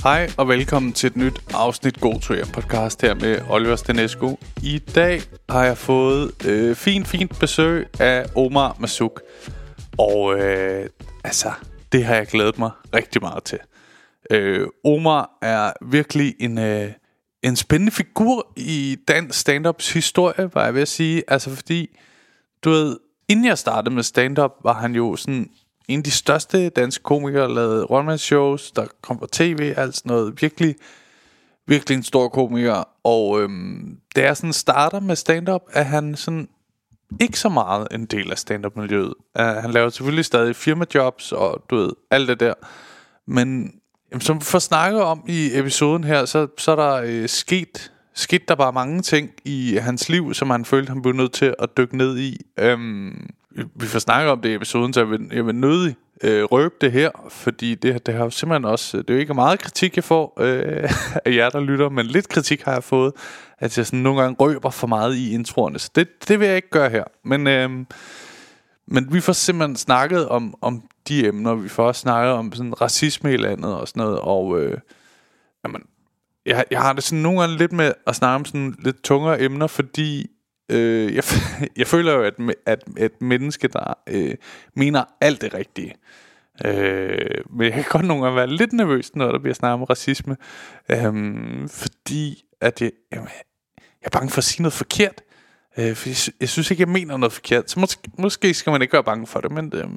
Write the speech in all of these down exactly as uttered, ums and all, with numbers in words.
Hej og velkommen til et nyt afsnit God to Hjem podcast her med Oliver Stenesco. I dag har jeg fået øh, fint, fint besøg af Omar Marzouk. Og øh, altså, det har jeg glædet mig rigtig meget til. øh, Omar er virkelig en, øh, en spændende figur i dansk stand-ups historie, var jeg ved at sige. Altså fordi, du ved, inden jeg startede med stand-up, var han jo sådan en af de største danske komikere, lavede one-man-shows, der kom på tv, alt sådan noget. Virkelig, virkelig en stor komiker. Og øhm, da jeg sådan starter med stand-up, er han sådan ikke så meget en del af stand-up-miljøet. Uh, han laver selvfølgelig stadig firmajobs og du ved, alt det der. Men jamen, som vi får snakket om i episoden her, så, så er der øh, sket, sket der bare mange ting i hans liv, som han følte, han blev nødt til at dykke ned i. Um, Vi får snakket om det i episoden, så jeg vil, jeg vil nødig øh, røbe det her, fordi det, det har jo simpelthen også, det er jo ikke meget kritik, jeg får øh, af jer, der lytter, men lidt kritik har jeg fået, at jeg sådan nogle gange røber for meget i introerne, så det, det vil jeg ikke gøre her. Men, øh, men vi får simpelthen snakket om, om de emner, vi får også snakket om sådan racisme i landet og sådan noget, og øh, jamen, jeg, jeg har det sådan nogle gange lidt med at snakke om sådan lidt tungere emner, fordi Øh, jeg, jeg føler jo, at, at et menneske, der øh, mener alt det rigtige. Øh, men jeg kan godt nogle gange være lidt nervøs, når der bliver snakket om racisme. Øh, fordi at jeg, jeg er bange for at sige noget forkert. Øh, for jeg, jeg synes ikke, jeg mener noget forkert. Så måske, måske skal man ikke være bange for det. Men øh,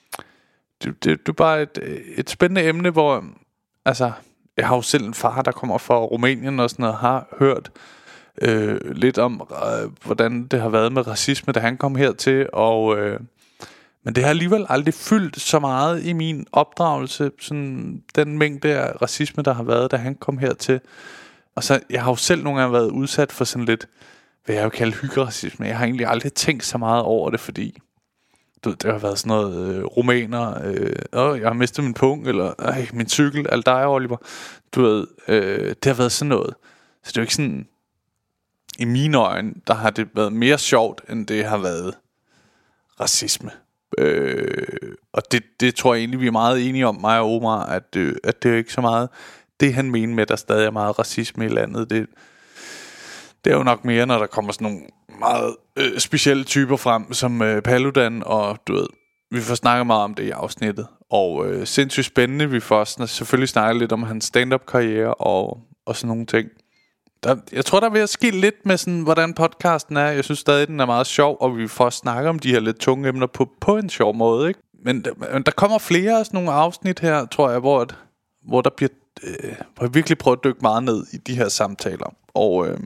det, det, det er bare et, et spændende emne, hvor altså, jeg har jo selv en far, der kommer fra Rumænien og sådan noget, har hørt Øh, lidt om øh, hvordan det har været med racisme, da han kom hertil, og øh, men det har alligevel aldrig fyldt så meget i min opdragelse, sådan den mængde af racisme, der har været, da han kom hertil. Og så jeg har jo selv nogle gange været udsat for sådan lidt, hvad jeg vil kalde hyggeracisme. Jeg har egentlig aldrig tænkt så meget over det, fordi du ved, det har været sådan noget øh, rumæner, øh, åh, jeg har mistet min pung, eller øh, min cykel, alt dig, Oliver. Du ved, øh, det har været sådan noget. Så det er jo ikke sådan, i mine øjne, der har det været mere sjovt, end det har været racisme. Øh, og det, det tror jeg egentlig, vi er meget enige om, mig og Omar, at, øh, at det er ikke så meget det, han mener med, at der stadig er meget racisme i landet. Det, det er jo nok mere, når der kommer sådan nogle meget øh, specielle typer frem, som øh, Paludan, og du ved, vi får snakket meget om det i afsnittet. Og øh, sindssygt spændende, vi får også selvfølgelig snakket lidt om hans stand-up-karriere og, og sådan nogle ting. Der, jeg tror, der vil ske lidt med sådan, hvordan podcasten er. Jeg synes stadig, den er meget sjov, og vi får snakke om de her lidt tunge emner på, på en sjov måde, ikke? Men, men der kommer flere af sådan nogle afsnit her, tror jeg, hvor, hvor der bliver øh, hvor jeg virkelig prøver at dykke meget ned i de her samtaler. Og øh,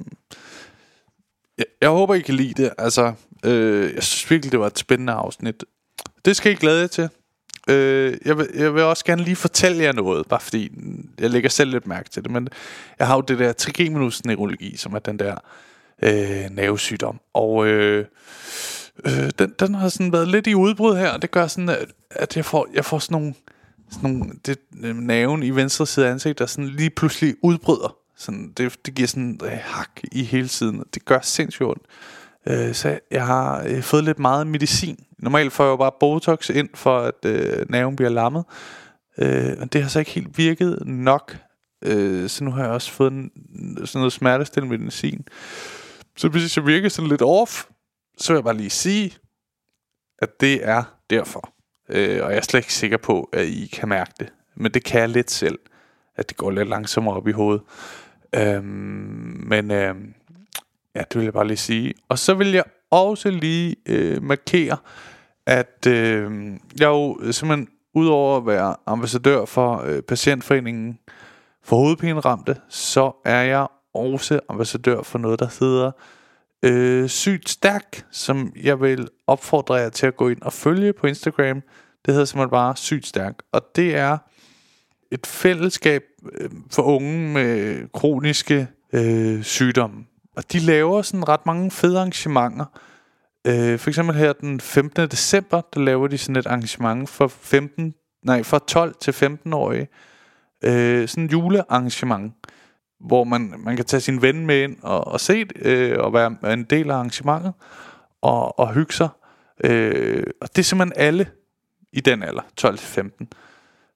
jeg, jeg håber, I kan lide det. Altså, øh, jeg synes virkelig, det var et spændende afsnit. Det skal I glæde jer til. Øh, jeg, vil, jeg vil også gerne lige fortælle jer noget, bare fordi jeg lægger selv lidt mærke til det. Men jeg har jo det der trigeminus neurologi, som er den der øh, nervesygdom. Og øh, øh, den, den har sådan været lidt i udbrud her. Det gør sådan, at, at jeg, får, jeg får sådan nogle, sådan nogle det, nerven i venstre side af ansigtet, der sådan lige pludselig udbryder. Sådan, det, det giver sådan øh, hak i hele siden. Det gør sindssygt ondt. Øh, så jeg har øh, fået lidt meget medicin. Normalt får jeg jo bare Botox ind, for at øh, nerven bliver lammet. Øh, men det har så ikke helt virket nok. Øh, så nu har jeg også fået en, sådan noget smertestillende medicin. Så hvis jeg virker sådan lidt off, så vil jeg bare lige sige, at det er derfor. Øh, og jeg er slet ikke sikker på, at I kan mærke det. Men det kan jeg lidt selv. At det går lidt langsommere op i hovedet. Øh, men øh, ja, det vil jeg bare lige sige. Og så vil jeg også lige øh, markere, at øh, jeg jo simpelthen, udover at være ambassadør for øh, Patientforeningen for hovedpineramte, så er jeg også ambassadør for noget, der hedder øh, Sygt Stærk, som jeg vil opfordre jer til at gå ind og følge på Instagram. Det hedder simpelthen bare Sygt Stærk, og det er et fællesskab øh, for unge med kroniske øh, sygdomme. Og de laver sådan ret mange fede arrangementer. Øh, for eksempel her den femtende december, der laver de sådan et arrangement for femten, nej, for tolv til femten-årige. Øh, sådan et julearrangement, hvor man, man kan tage sin ven med ind og, og se det, øh, og være en del af arrangementet, og, og hygge sig. Øh, og det er simpelthen alle i den alder, tolv til femten.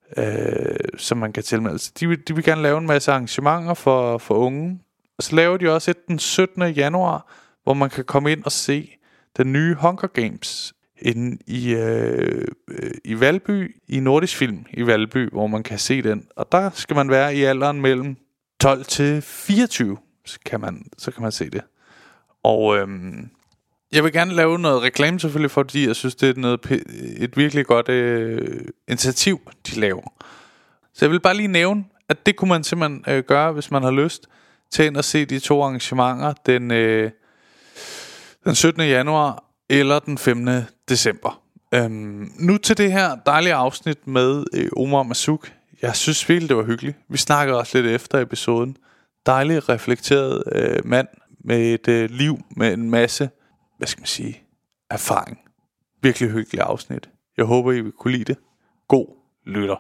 øh, som man kan tilmelde. De vil, de vil gerne lave en masse arrangementer for, for unge. Og så laver de også et den syttende januar, hvor man kan komme ind og se den nye Hunger Games inde i, øh, i Valby, i Nordisk Film i Valby, hvor man kan se den. Og der skal man være i alderen mellem tolv til fireogtyve, så kan man, så kan man se det. Og øhm, jeg vil gerne lave noget reklame selvfølgelig, fordi jeg synes, det er noget, et virkelig godt øh, initiativ, de laver. Så jeg vil bare lige nævne, at det kunne man simpelthen øh, gøre, hvis man har lyst til ind at se de to arrangementer den, øh, den syttende januar eller den femte december. Øhm, nu til det her dejlige afsnit med øh, Omar Marzouk. Jeg synes virkelig, det var hyggeligt. Vi snakkede også lidt efter episoden. Dejlig reflekteret øh, mand med et øh, liv med en masse, hvad skal man sige, erfaring. Virkelig hyggeligt afsnit. Jeg håber, I vil kunne lide det. God lytter.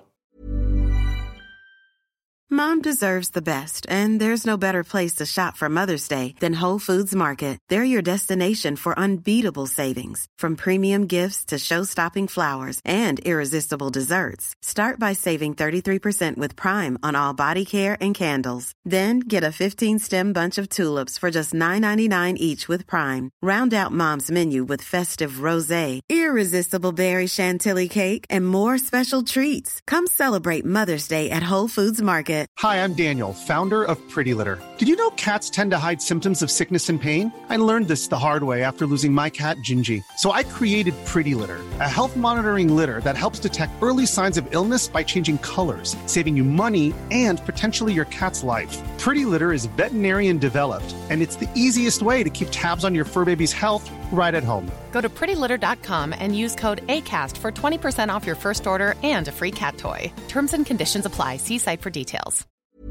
Mom deserves the best, and there's no better place to shop for Mother's Day than Whole Foods Market. They're your destination for unbeatable savings, from premium gifts to show-stopping flowers and irresistible desserts. Start by saving thirty-three percent with Prime on all body care and candles. Then get a fifteen-stem bunch of tulips for just nine ninety-nine each with Prime. Round out Mom's menu with festive rosé, irresistible berry chantilly cake, and more special treats. Come celebrate Mother's Day at Whole Foods Market. Hi, I'm Daniel, founder of Pretty Litter. Did you know cats tend to hide symptoms of sickness and pain? I learned this the hard way after losing my cat, Gingy. So I created Pretty Litter, a health monitoring litter that helps detect early signs of illness by changing colors, saving you money and potentially your cat's life. Pretty Litter is veterinarian developed, and it's the easiest way to keep tabs on your fur baby's health right at home. Go to pretty litter dot com and use code ACAST for twenty percent off your first order and a free cat toy. Terms and conditions apply. See site for details.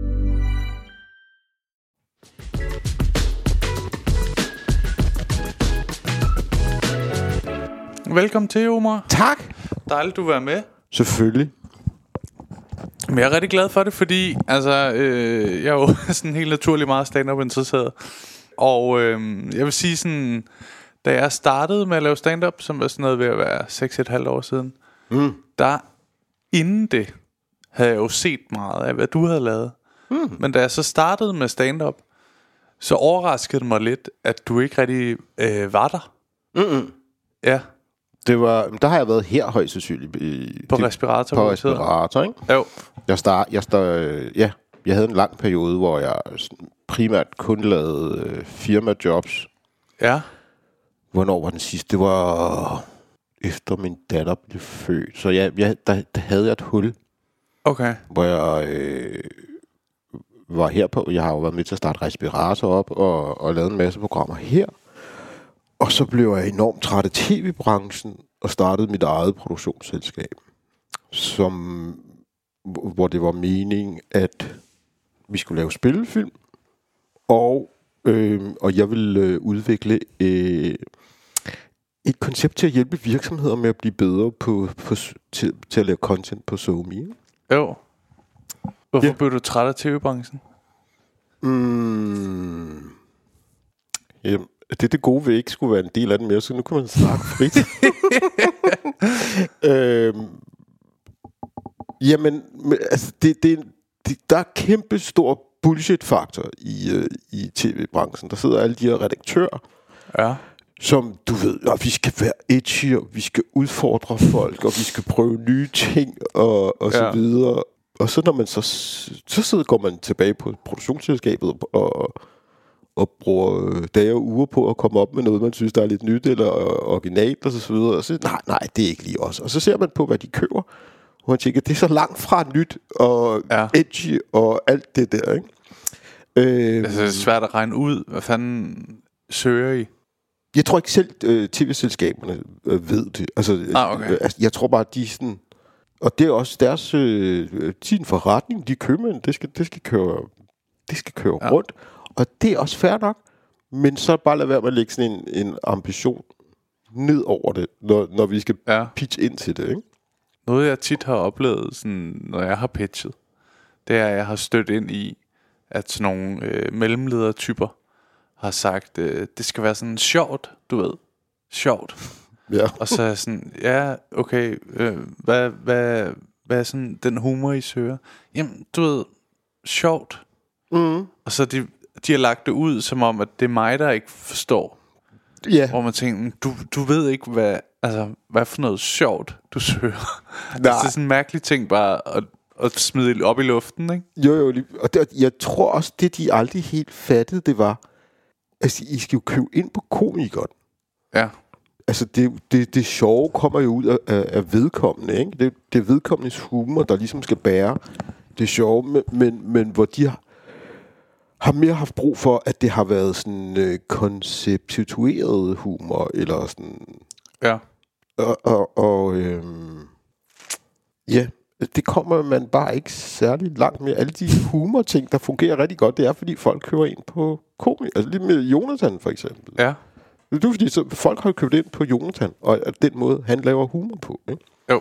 Velkommen til, Omar. Tak. Dejligt, du var med. Selvfølgelig. Men jeg er rigtig glad for det, fordi altså, øh, jeg er jo sådan helt naturligt meget stand-up interesseret. Og øh, jeg vil sige sådan, da jeg startede med at lave stand-up, som var sådan noget ved at være seks og et halvt år siden, mm. der inden det havde jeg jo set meget af, hvad du havde lavet. Mm. Men da jeg så startede med stand-up, så overraskede det mig lidt, at du ikke rigtig øh, var der. Mm-mm. Ja. Det var, der har jeg været her højst sandsynligt i, på respirator. På respirator, ikke? Jo. Jeg start, jeg start, ja, jeg havde en lang periode, hvor jeg primært kun lavede øh, firmajobs. Ja. Hvornår var den sidste? Det var efter min datter blev født. Så ja, jeg, der, der havde jeg et hul. Okay. Hvor jeg øh, var her på. Jeg har jo været med til at starte respirator op og, og lavet en masse programmer her. Og så blev jeg enormt træt af tv-branchen og startede mit eget produktionsselskab, som, hvor det var meningen, at vi skulle lave spillefilm, og, øh, og jeg ville øh, udvikle øh, et koncept til at hjælpe virksomheder med at blive bedre på, på, til, til at lave content på SoMe. Jo. Hvorfor ja. blev du træt af tv-branchen? Mm, jamen, det er det gode ved ikke skulle være en del af den mere, så nu kan man snakke frit. øhm, jamen, altså, det, det, det, der er kæmpe stor bullshit-faktor i, øh, i tv-branchen. Der sidder alle de her redaktører, ja. Som, du ved, at vi skal være edgy, og vi skal udfordre folk, og vi skal prøve nye ting, og, og ja. så videre. Og så når man så, så sidder, går man tilbage på produktionsselskabet, og og bruger dage og uger på at komme op med noget, man synes, der er lidt nyt eller originalt og så videre. Og så nej, nej, det er ikke lige os. Og så ser man på, hvad de køber, og man tænker, det er så langt fra nyt og ja. edgy og alt det der, ikke? Øh, altså, det er svært at regne ud. Hvad fanden søger I? Jeg tror ikke selv, øh, tv-selskaberne øh, ved det. Altså, ah, okay. øh, jeg tror bare, de sådan... Og det er også deres øh, sin forretning, de købmænd, det skal, det skal køre, det skal køre ja. rundt. Og det er også fair nok, men så bare lad være med at lægge sådan en, en ambition ned over det, når, når vi skal ja. pitche ind til det, ikke? Noget jeg tit har oplevet, sådan, når jeg har pitchet, det er, at jeg har stødt ind i, at sådan nogle øh, mellemledertyper har sagt, øh, det skal være sådan sjovt, du ved, sjovt. Ja. Og så er jeg sådan, ja, okay, øh, hvad, hvad, hvad er sådan den humor, I søger? Jamen, du ved, sjovt. Mm. Og så de, de har lagt det ud, som om, at det er mig, der ikke forstår. Ja. Yeah. Hvor man tænker, du, du ved ikke, hvad, altså, hvad for noget sjovt, du søger. Altså, det er sådan en mærkelig ting bare at, at smide op i luften, ikke? Jo, jo. Og det, jeg tror også, det de aldrig helt fattede, det var, altså, I skal jo købe ind på komikeren. Ja. Altså, det, det, det sjove kommer jo ud af, af vedkommende, ikke? Det, det er vedkommendes humor, der ligesom skal bære det sjove, men, men, men hvor de har, har mere haft brug for, at det har været sådan øh, konceptueret humor, eller sådan... Ja. Og, og, og øhm, ja, det kommer man bare ikke særlig langt med. Alle de humor-ting, der fungerer rigtig godt, det er, fordi folk køber ind på komik. Altså lige med Jonathan, for eksempel. Ja. Det er fordi, så folk har købt ind på Jonathan, og den måde, han laver humor på, ikke? Jo.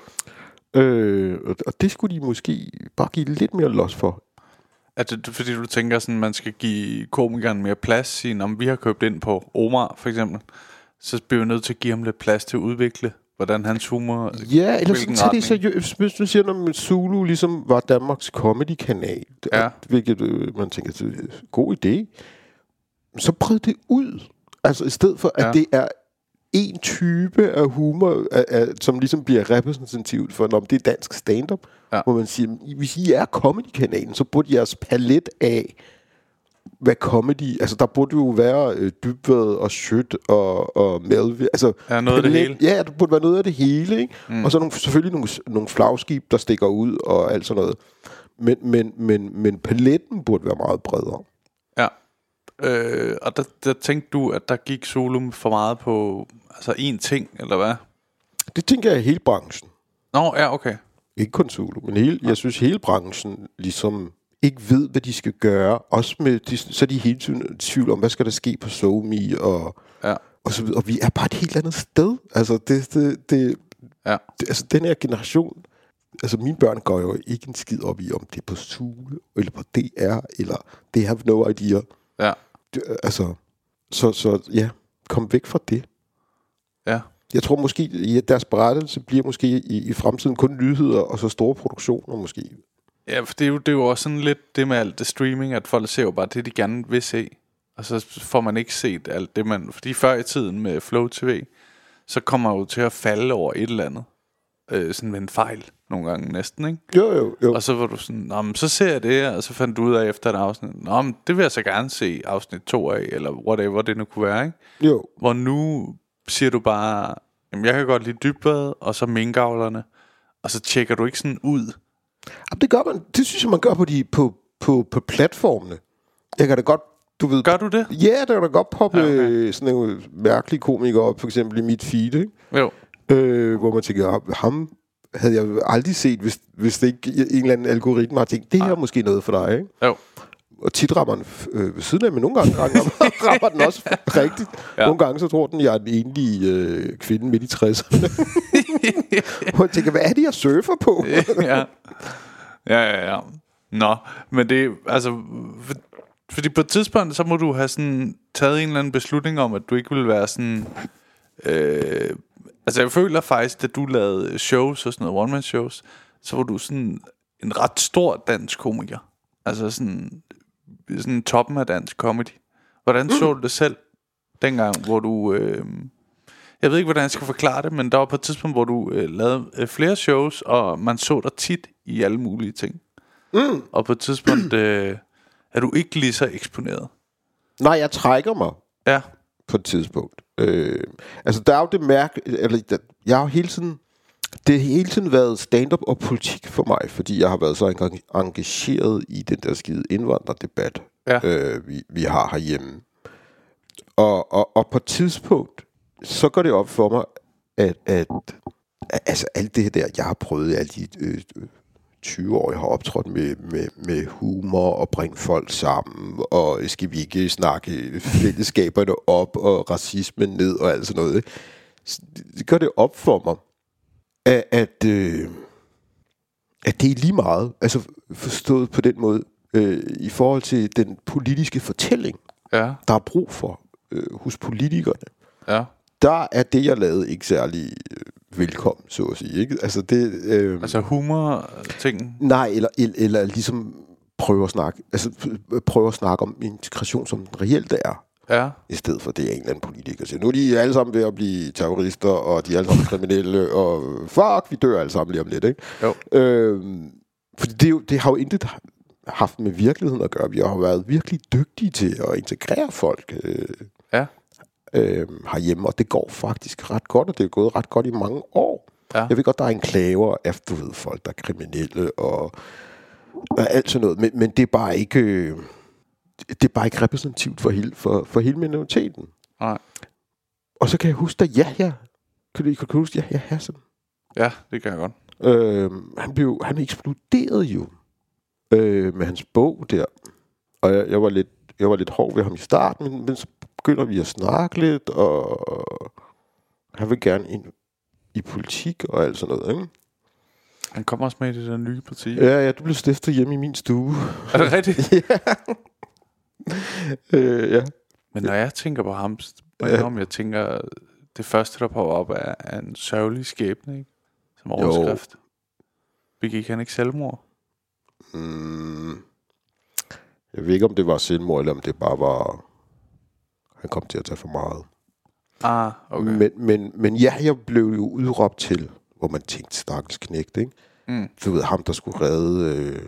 Øh, og, og det skulle de måske bare give lidt mere los for. Er det fordi, du tænker, sådan, man skal give komikeren mere plads? Sige, om vi har købt ind på Omar, for eksempel, så bliver vi nødt til at give ham lidt plads til at udvikle, hvordan hans humor... Ja, eller sådan, så det seriøst. Hvis du siger, at Zulu ligesom var Danmarks comedy-kanal, ja. at, hvilket øh, man tænker, det er god idé, så prøv det ud. Altså i stedet for, at ja. det er en type af humor, af, af, som ligesom bliver repræsentativt for, når det er dansk stand-up, ja. hvor man siger, hvis I er comedy-kanalen, så burde jeres palet af, hvad comedy, altså der burde jo være øh, Dybvad og Schødt og, og Melvin, altså ja, noget palet, af det hele. Ja, der burde være noget af det hele, ikke? Mm. Og så nogle, selvfølgelig nogle, nogle flagskib, der stikker ud og alt sådan noget. Men, men, men, men paletten burde være meget bredere. Ja. Øh, og der, der tænkte du, at der gik Solum for meget på altså én ting, eller hvad? Det tænker jeg hele branchen. Nå, ja, okay. Ikke kun Zulu, men hele, jeg synes hele branchen ligesom ikke ved, hvad de skal gøre. Også med, de, så er de hele tiden i tvivl om, hvad skal der ske på SoMe og, ja. og så videre. Og vi er bare et helt andet sted. Altså, det, det, det, ja. det, altså den her generation, altså mine børn går jo ikke en skid op i, om det er på Zulu, eller på D R, eller they have no idea. Ja. Det, altså, så, så ja, kom væk fra det. Ja. Jeg tror måske, ja, deres berettelse bliver måske i, i fremtiden kun nyheder, og så store produktioner måske. Ja, for det er, jo, det er jo også sådan lidt det med alt det streaming, at folk ser jo bare det, de gerne vil se. Og så får man ikke set alt det, man... Fordi før i tiden med Flow T V, så kommer man jo til at falde over et eller andet. Øh, sådan med en fejl nogle gange næsten, ikke? Jo, jo, jo. Og så var du sådan, nå, men så ser jeg det, og så fandt du ud af efter et afsnit, nå, men det vil jeg så gerne se afsnit to af, eller whatever det nu kunne være, ikke? Jo. Hvor nu siger du bare, jamen jeg kan godt lide Dybvad, og så minkavlerne, og så tjekker du ikke sådan ud. Jamen, det gør man, det synes jeg, man gør på, de, på, på, på platformene. Jeg kan da godt, du ved... Gør du det? Ja, der kan da godt poppe ja, okay. sådan nogle mærkelige komikere op, for eksempel i mit feed, ikke? Jo. Øh, hvor man tænker, ham havde jeg aldrig set, hvis, hvis det ikke en eller anden algoritme har tænkt, det her er måske noget for dig, ikke? Jo. Og tit rammer den øh, ved siden af, men nogle gange rammer, rammer den også rigtigt. Ja. Nogle gange så tror den, jeg er den enlige øh, kvinde midt i tresserne. Hvor jeg tænker, hvad er det, jeg surfer på? ja. ja, ja, ja. Nå, men det altså... For, fordi på et tidspunkt, så må du have sådan taget en eller anden beslutning om, at du ikke vil være sådan... Øh, altså jeg føler faktisk, at du lavede shows og sådan noget, one-man-shows, så var du sådan en ret stor dansk komiker. Altså sådan, sådan toppen af dansk comedy. Hvordan mm. så du det selv dengang, hvor du... Øh, jeg ved ikke, hvordan jeg skal forklare det, men der var på et tidspunkt, hvor du øh, lavede øh, flere shows, og man så dig tit i alle mulige ting. Mm. Og på et tidspunkt øh, er du ikke lige så eksponeret. Nej, jeg trækker mig. Ja. På et tidspunkt. Øh, altså, der er jo det mærke... Eller, der, jeg har jo hele tiden... Det har hele tiden været stand-up og politik for mig, fordi jeg har været så engageret i den der skide indvandrerdebat, ja. øh, vi, vi har herhjemme. Og, og, og på et tidspunkt, så går det op for mig, at, at, at altså alt det der, jeg har prøvet, alle de øh, tyve år, jeg har optrådt med, med, med humor og bringe folk sammen, og skal vi ikke snakke fællesskaberne op og racismen ned og alt sådan noget. Ikke? Det gør det op for mig, at, at, øh, at det er lige meget, altså forstået på den måde, øh, i forhold til den politiske fortælling, ja. der er brug for øh, hos politikerne. Ja. Der er det, jeg lavede, ikke særlig øh, velkommen, så at sige. Ikke? Altså, det, øh, altså humor-ting? Nej, eller, eller, eller ligesom prøve at snakke, altså prøve at snakke om integration, som den reelt er. Ja. I stedet for det er en eller anden politiker siger, nu er de alle sammen ved at blive terrorister, og de er alle sammen kriminelle, og fuck, vi dør alle sammen lige om lidt, ikke? Jo. Øhm, fordi det, jo, det har jo intet haft med virkeligheden at gøre. Vi har været virkelig dygtige til at integrere folk øh, ja. øh, herhjemme, og det går faktisk ret godt, og det er gået ret godt i mange år. Ja. Jeg ved godt, der er enklaver af, du ved, folk, der er kriminelle, og, og alt sådan noget, men, men det er bare ikke... Øh, det er bare ikke repræsentativt for hele, for, for hele minoriteten. Nej. Og så kan jeg huske, at ja, ja. Kan du, kan du huske, ja, ja, Hassan? Ja, det kan jeg godt. Øhm, han blev, han eksploderede jo øh, med hans bog der. Og jeg, jeg, var lidt, jeg var lidt hård ved ham i starten, men, men så begynder vi at snakke lidt, og han vil gerne ind i politik og alt sådan noget, ikke? Han kommer også med i det der nye parti. Ja, ja, du blev stiftet hjemme i min stue. Er det rigtigt? Ja. øh, ja. Men når jeg tænker på ham, ja. om jeg tænker, det første, der popper op, er, er en sørgelig skæbne, ikke? Som overskrift. Jo. Begik han ikke selvmord? Mm. Jeg ved ikke, om det var selvmord, eller om det bare var... Han kom til at tage for meget. Ah, okay. Men, men, men ja, jeg blev jo udråbt til, hvor man tænkte, stakkels knægt, ikke? Mm. Du ved, ham, der skulle redde øh,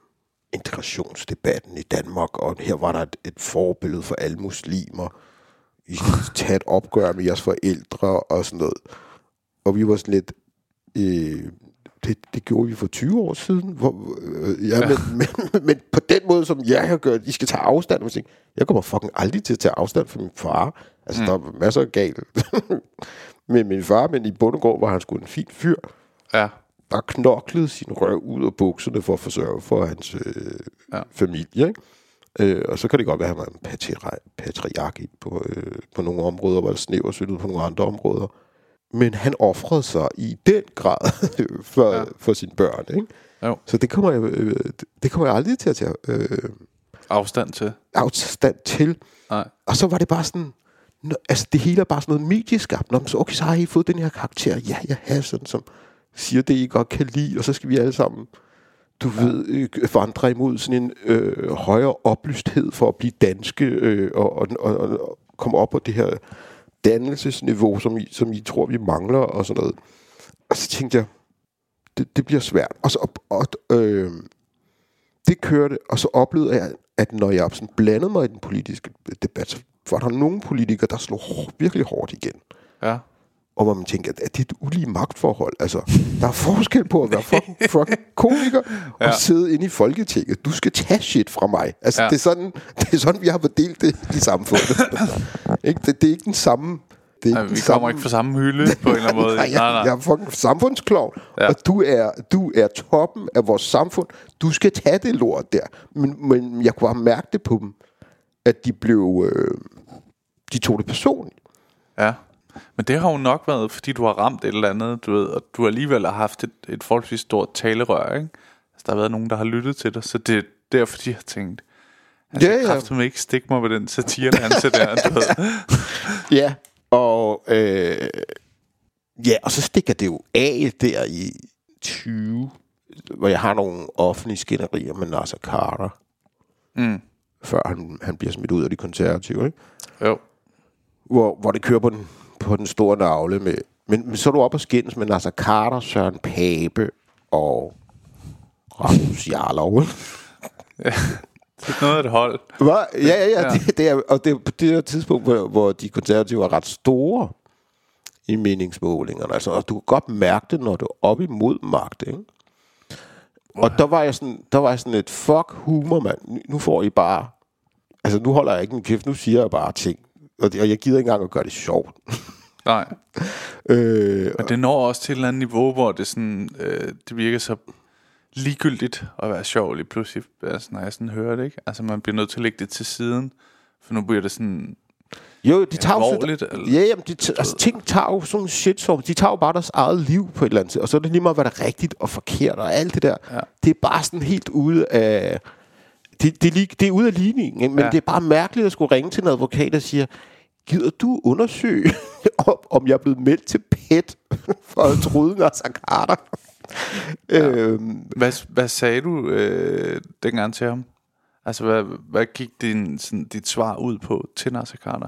integrationsdebatten i Danmark, og her var der et, et forbillede for alle muslimer. I skal tage et opgør med jeres forældre, og sådan noget. Og vi var sådan lidt... Øh, det, det gjorde vi for tyve år siden. Hvor, øh, ja, ja. Men, men, men på den måde, som jeg har gjort, I skal tage afstand. Og tænke, jeg kommer fucking aldrig til at tage afstand fra min far. Altså, mm. der er masser af galt med min far, men i bund og grund var han sgu en fin fyr. Ja. Der knoklede sin røv ud af bukserne for at forsørge for hans øh, ja. familie, ikke? Øh, og så kan det godt være, at han var en patri- patriark på, øh, på nogle områder, var det snæversyndet på nogle andre områder. Men han offrede sig i den grad for, ja. for sine børn, ikke? Jo. Så det kommer jeg, øh, det kommer jeg aldrig til at tage øh, afstand til. Afstand til. Nej. Og så var det bare sådan, altså det hele er bare sådan noget medieskabt. Nå, så okay, så har I fået den her karakter, ja, jeg har sådan, som siger det, I godt kan lide, og så skal vi alle sammen, du ja. ved, øh, vandre imod sådan en øh, højere oplysthed for at blive danske, øh, og, og, og, og komme op på det her dannelsesniveau, som I, som I tror, vi mangler, og sådan noget. Og så tænkte jeg, det, det bliver svært. Og så og, og, øh, det kørte, og så oplevede jeg, at når jeg sådan blandede mig i den politiske debat, så var der nogle politikere, der slog hår, virkelig hårdt igen. Ja. Og hvor man tænker, at det er et ulige magtforhold. Altså, der er forskel på at være fucking, fucking komiker ja. og sidde inde i Folketinget. Du skal tage shit fra mig. Altså, ja. det, er sådan, det er sådan, vi har fordelt det i samfundet. ikke? Det, det er ikke den samme... Det er nej, ikke vi samme... kommer ikke fra samme hylde på en eller anden måde. nej, jeg, nej, nej. Jeg er fucking samfundsklovn, ja. og du er, du er toppen af vores samfund. Du skal tage det lort der. Men, men jeg kunne bare mærke det på dem, at de blev... Øh, de tog det personligt. Ja. Men det har jo nok været, fordi du har ramt et eller andet, du ved, og du alligevel har haft et, et forholdsvis stort talerør, ikke? Altså, der har været nogen, der har lyttet til dig, så det er derfor, de har tænkt, altså, ja, ja. Kræfter ikke stikke mig med den satire, han ser der, du ved. Ja, og, øh, ja, og så stikker det jo af der i tyve, hvor jeg har nogle offentlige skænderier med Naser Khader, mm. før han, han bliver smidt ud af de konservative, ikke? Jo. Hvor, hvor det kører på den, på den store navle med... Men, men så er du oppe og skændes med Naser Khader, Søren Pape og Rasmus Jarlov. Ja, det er noget af det hold. Hvad? Ja, ja, ja. ja. Det, det er, og det er på det her tidspunkt, hvor, hvor de konservative er ret store i meningsmålingerne. Altså, og du kan godt mærke det, når du er oppe imod magt, ikke? Wow. Og der var jeg sådan, der var jeg sådan et fuck humor, mand. Nu får I bare... Altså, nu holder jeg ikke min kæft, nu siger jeg bare ting. Og, det, og jeg gider ikke engang at gøre det sjovt. Nej. øh, Men det når også til et eller andet niveau, hvor det sådan, øh, det virker så ligegyldigt at være sjov lige pludselig, altså, når jeg sådan hører det, ikke? Altså, man bliver nødt til at lægge det til siden, for nu bliver det sådan... Jo, de tager jo... Eller, ja, jamen, de t- altså, ting tager jo sådan shit, så de tager jo bare deres eget liv på et eller andet, og så er det lige meget, hvad der er rigtigt og forkert, og alt det der. Ja. Det er bare sådan helt ude af... Det, det, det, det er ude af ligningen, men ja. Det er bare mærkeligt at skulle ringe til en advokat og sige, gider du undersøge, om jeg er blevet meldt til P tæt for at tryde Naser Khader. Ja. øhm, hvad, hvad sagde du øh, dengang til ham? Altså, hvad, hvad gik din, sådan, dit svar ud på til Naser Khader?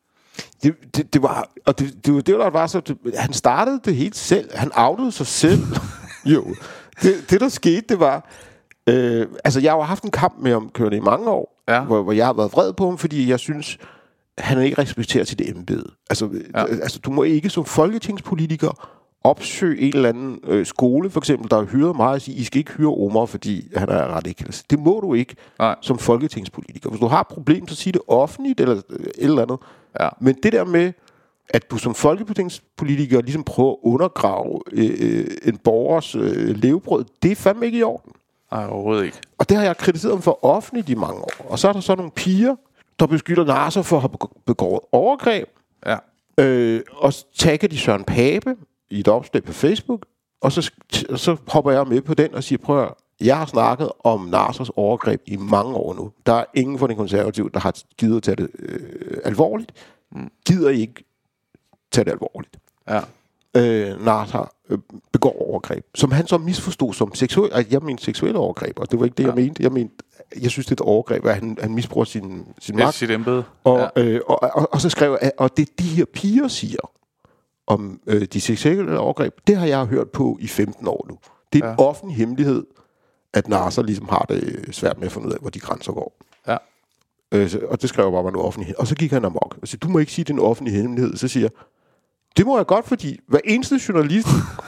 Det, det, det var, og det, det, det var, var så, det, han startede det helt selv. Han outede sig selv. jo. Det, det, der skete, det var, øh, altså, jeg har haft en kamp med ham kørende i mange år, ja. hvor, hvor jeg har været vred på ham, fordi jeg synes, han ikke respekterer sit embede. Altså, ja. altså, du må ikke som folketingspolitiker opsøge en eller anden øh, skole, for eksempel, der har hyret mig og sige, I skal ikke hyre Omar, fordi han er radikal. Det må du ikke Nej. som folketingspolitiker. Hvis du har et problem, så sig det offentligt, eller øh, et eller andet. Ja. Men det der med, at du som folketingspolitiker ligesom prøver at undergrave øh, en borgers øh, levebrød, det er fandme ikke i orden. Nej, overhovedet ikke. Og det har jeg kritiseret ham for offentligt i mange år. Og så er der så nogle piger, der beskylder Naser for at have begået overgreb. Ja. Øh, og så tagger de Søren Pape i et opslag på Facebook, og så, så hopper jeg med på den og siger, prøv at, jeg har snakket om Nasers overgreb i mange år nu. Der er ingen fra den konservative, der har givet at tage det øh, alvorligt. Mm. Gider I ikke tage det alvorligt. Ja. Øh, Naser øh, begår overgreb, som han så misforstod som seksuel, altså jeg mente seksuelle overgreb, og det var ikke det, ja. jeg mente. Jeg mente, jeg synes, det er et overgreb, at han, han misbruger sin, sin magt. Sit embede. Og, ja. øh, og, og, og så skrev jeg, og det de her piger siger om øh, de seksuelle overgreb, det har jeg hørt på i femten år nu. Det er ja. en offentlig hemmelighed, at Naser ligesom har det svært med at finde ud af, hvor de grænser går. Ja. Øh, så, og det skrev jeg bare, var en offentlig. Og så gik han amok og sagde, du må ikke sige, det er en offentlig hemmelighed. Så siger jeg, det må jeg godt, fordi hver eneste journalist,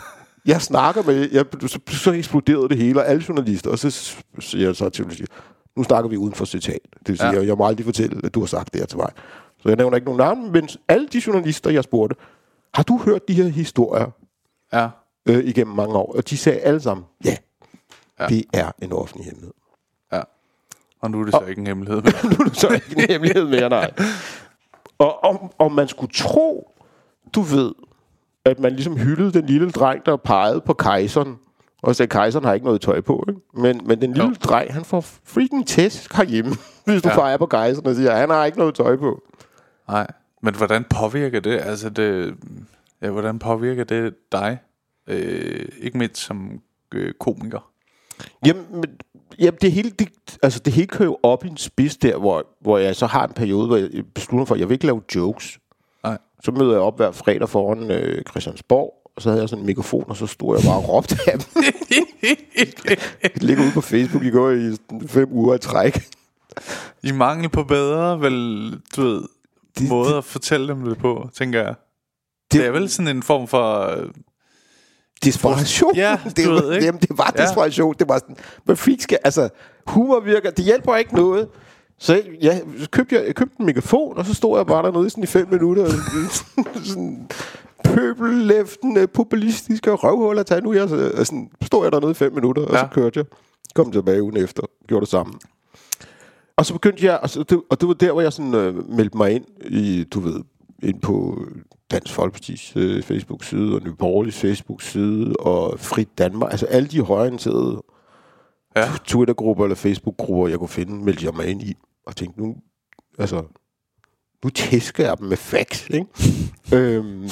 jeg snakker med, jeg, så, så eksploderede det hele, og alle journalister, og så siger jeg så til dem, nu snakker vi uden for citat. Det vil sige, ja. jeg, jeg må aldrig fortælle, at du har sagt det her til mig. Så jeg nævner ikke nogen navn, men alle de journalister, jeg spurgte, har du hørt de her historier ja. øh, igennem mange år? Og de sagde alle sammen, ja, ja. det er en offentlig hemmelighed. Ja. Og nu er det så og, ikke en hemmelighed mere. nu er det så ikke en hemmelighed mere, nej. Og om, om man skulle tro, du ved, at man ligesom hyldede den lille dreng, der pegede på kejseren, og sagde, kejseren har ikke noget tøj på, ikke? Men, men den lille jo. dreng, han får freaking tæsk herhjemme, hvis du ja. peger på kejseren og siger, han har ikke noget tøj på. Nej. Men hvordan påvirker det, altså det, ja, hvordan påvirker det dig, øh, ikke mindst som øh, komiker? Jamen, jamen det hele, det, altså det hele kører jo op i en spids der, hvor, hvor jeg så har en periode, hvor jeg beslutter for, at jeg vil ikke lave jokes. Nej. Så møder jeg op hver fredag foran øh, Christiansborg, og så havde jeg sådan en mikrofon, og så stod jeg bare og råbte af dem. Det ligger ude på Facebook, I går i fem uger i træk. I mangel på bedre, vel, du ved, det, måde det, at fortælle dem det på, tænker jeg. Det, det er vel sådan en form for uh, desperation. Ja, det, du ved, ikke? Jamen, det var desperation. Ja. Det var sådan, hvad fik skal, altså, humor virker, det hjælper ikke noget. Så ja, så købte jeg, jeg købte en megafon, og så stod jeg bare dernede i sådan i fem minutter. Sådan pøbellæftende, populistiske røvhuller. Tag nu, jeg, så sådan, stod jeg dernede i fem minutter, og ja. så kørte jeg. Kom tilbage ugen efter, gjorde det samme. Og så begyndte jeg, og, så, det, og det var der, hvor jeg sådan øh, meldte mig ind i, du ved, ind på Dansk Folkepartis øh, Facebook-side, og Nye Borgerliges Facebook-side, og Frit Danmark. Altså alle de højreorienterede ja. Twitter-grupper eller Facebook-grupper, jeg kunne finde, meldte jeg mig ind i. Og tænkte, nu, altså, nu tæsker jeg dem med facts, ikke? øhm.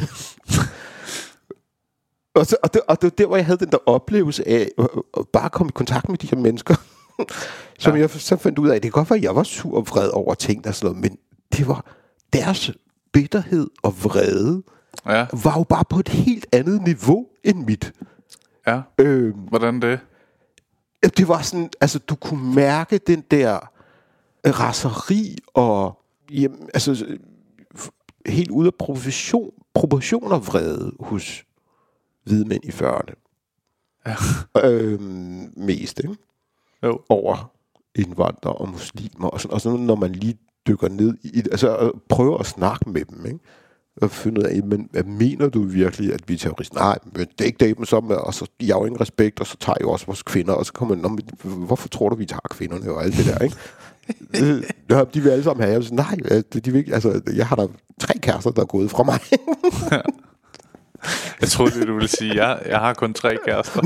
og, så, og, det, og det var der, hvor jeg havde den der oplevelse af at, at bare komme i kontakt med de her mennesker. Som ja. jeg så fandt ud af, det kan godt være, at jeg var sur og vred over ting og sådan noget, men det var deres bitterhed og vrede, ja. var jo bare på et helt andet niveau end mit. Ja, øhm, hvordan det? Det var sådan, altså du kunne mærke den der raseri og jamen, altså helt ude af proportion, proportioner vrede hos hvide mænd i fyrrerne. Ja. Øhm, mest, ikke? Jo. Over indvandrere og muslimer og sådan, og sådan, når man lige dykker ned i altså prøver at snakke med dem, ikke? Og finde ud af, men hvad mener du virkelig, at vi er terrorister? Nej, men det er ikke det, men så med, og så jeg har jo ingen respekt, og så tager jeg jo også vores kvinder, og så kommer man, hvorfor tror du, vi tager kvinderne og alt det der, ikke? De vil alle sammen have, jeg siger, nej, de vil ikke, altså, jeg har der tre kærester, der er gået fra mig. Ja. Jeg troede, du ville sige, jeg, jeg har kun tre kærester.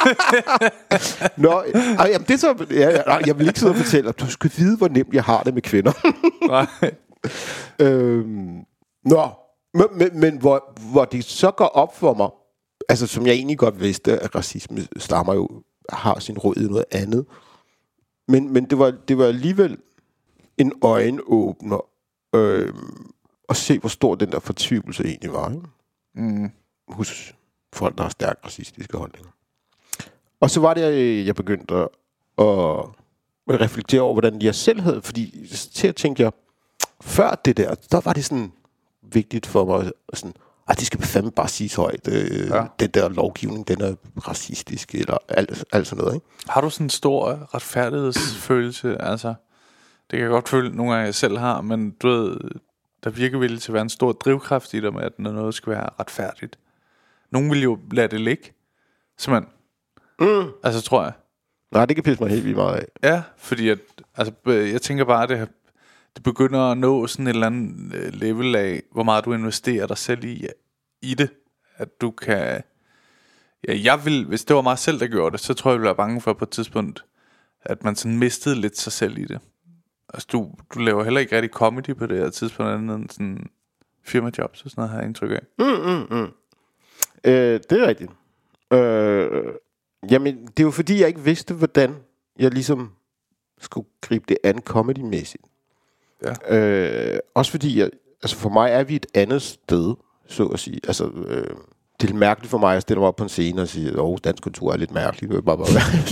Nå, ej, jamen, det er så, ja, jeg vil ikke sidde og fortælle, at du skal vide, hvor nemt jeg har det med kvinder. Nej. øhm, nå, Men, men, men hvor, hvor det så går op for mig, altså som jeg egentlig godt vidste, at racisme stammer jo, har sin rod i noget andet. Men, men det, var, det var alligevel en øjenåbner øh, at se, hvor stor den der fortvivlelse egentlig var. Ikke? Mm. Hos folk, der har stærkt racistiske holdninger. Og så var det, jeg begyndte at, at reflektere over, hvordan jeg selv havde, fordi til at tænke jeg, før det der, der var det sådan vigtigt for mig, sådan, at det skal fandme bare siges højt, øh, ja. Den der lovgivning, den er racistisk, eller alt, alt sådan noget, ikke? Har du sådan en stor retfærdighedsfølelse, altså, det kan jeg godt føle, nogle gange jeg selv har, men du ved, der virker virkelig til at være en stor drivkraft i dig med, at noget skal være retfærdigt. Nogen vil jo lade det ligge, simpelthen. Mm. Altså, tror jeg. Nej, det kan pisse mig helt vildt meget af. Ja, fordi at, altså, jeg tænker bare, at det, det begynder at nå sådan et eller andet level af, hvor meget du investerer dig selv i, i det. At du kan... Ja, jeg vil, hvis det var mig selv, der gjorde det, så tror jeg, jeg ville være bange for på et tidspunkt, at man sådan mistede lidt sig selv i det. Altså, du, du laver heller ikke rigtig comedy på det her tidspunkt, andet end sådan firmajobs og sådan noget, har jeg indtryk af. Mm, mm, mm. Øh, det er rigtigt. Øh... Jamen, det er jo fordi, jeg ikke vidste, hvordan jeg ligesom skulle gribe det an comedy-mæssigt. Ja. Øh, også fordi, jeg, altså for mig er vi et andet sted, så at sige. Altså, øh, det er lidt mærkeligt for mig at stille mig op på en scene og sige, åh, dansk kultur er lidt mærkeligt. Det er bare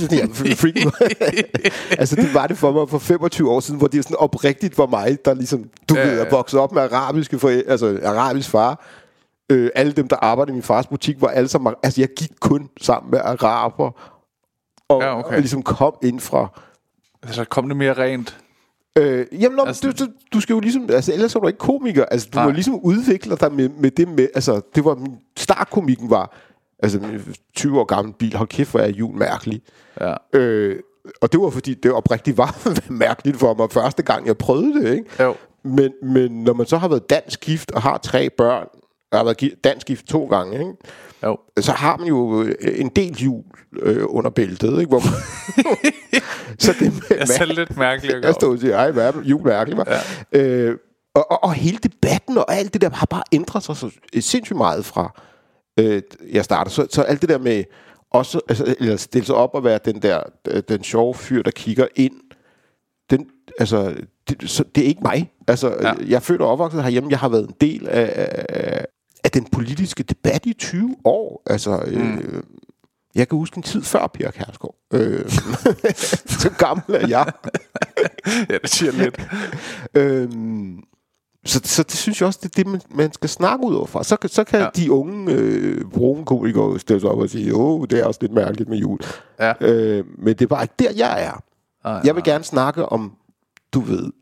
bare altså, det var det for mig for femogtyve år siden, hvor det sådan oprigtigt var mig, der ligesom, du ja, ved, er vokset op med arabiske forældre, altså arabisk far. Øh, alle dem, der arbejdede i min fars butik, var alle sammen... Altså, jeg gik kun sammen med araber, og, ja, okay. og ligesom kom ind fra... Altså, kom det mere rent? Øh, jamen, nå, altså, du, du, du skal jo ligesom... Altså, ellers er du ikke komiker. Altså, du nej. må ligesom udvikle dig med, med det med... Altså, det var... Startkomikken var... Altså, tyve år gammel bil. Hold kæft, hvor er jul mærkelig. Ja. Øh, og det var, fordi det oprigtigt var mærkeligt for mig første gang, jeg prøvede det, ikke? Jo. Men, men når man så har været dansk gift og har tre børn, jeg har været dansk gift to gange, ikke? Jo. Så har man jo en del jul øh, under bæltet, ikke? Hvor man så det er jeg er lidt mærkeligt at gå. Jeg stod og siger, ej, hvad er jul mærkeligt, ja. øh, og, og, og hele debatten og alt det der har bare ændret sig så sindssygt meget fra øh, jeg startede. Så, så alt det der med også, altså, eller stille sig op og være den der den sjove fyr, der kigger ind, den, altså, det, så, det er ikke mig. Altså, ja. Jeg er født og opvokset herhjemme. Jeg har været en del af, af, af den politiske debat i tyve år. Altså, mm. øh, jeg kan huske en tid før Pia Kjærsgaard. Øh, så gammel er jeg. Ja, det siger lidt. øhm, så, så det synes jeg også, det er det, man, man skal snakke ud overfra. Så, så kan ja. de unge øh, brune komikere stille sig op og sige, åh, det er også lidt mærkeligt med jul. Ja. Øh, men det er bare ikke der, jeg er. Ah, jeg vil gerne snakke om, du ved,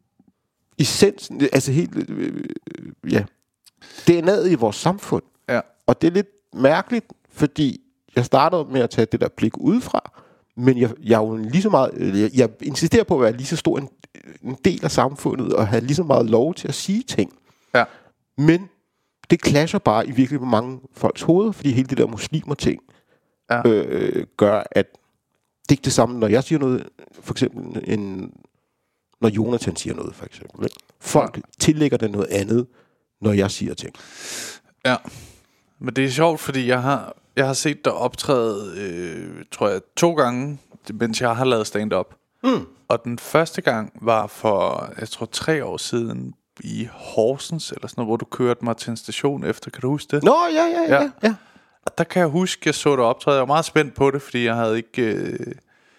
essensen, altså helt, øh, ja, D N A'et i vores samfund. Ja. Og det er lidt mærkeligt, fordi jeg startede med at tage det der blik udefra, men jeg, jeg er jo lige så meget, jeg, jeg insisterer på at være lige så stor en, en del af samfundet, og have lige så meget lov til at sige ting. Ja. Men det clasher bare i virkelig på mange folks hoveder, fordi hele det der muslimer ting ja. øh, gør, at det er ikke det samme, når jeg siger noget, for eksempel, en, når Jonathan siger noget, for eksempel. Folk ja. tillægger det noget andet, når jeg siger ting. Ja, men det er sjovt, fordi jeg har, jeg har set dig optræde, øh, tror jeg, to gange, mens jeg har lavet stand-up. Mm. Og den første gang var for, jeg tror, tre år siden i Horsens, eller sådan noget, hvor du kørte mig til en station efter. Kan du huske det? Nå, ja, ja, ja, ja. ja. Og der kan jeg huske, jeg så dig optræde. Jeg var meget spændt på det, fordi jeg havde ikke... Øh,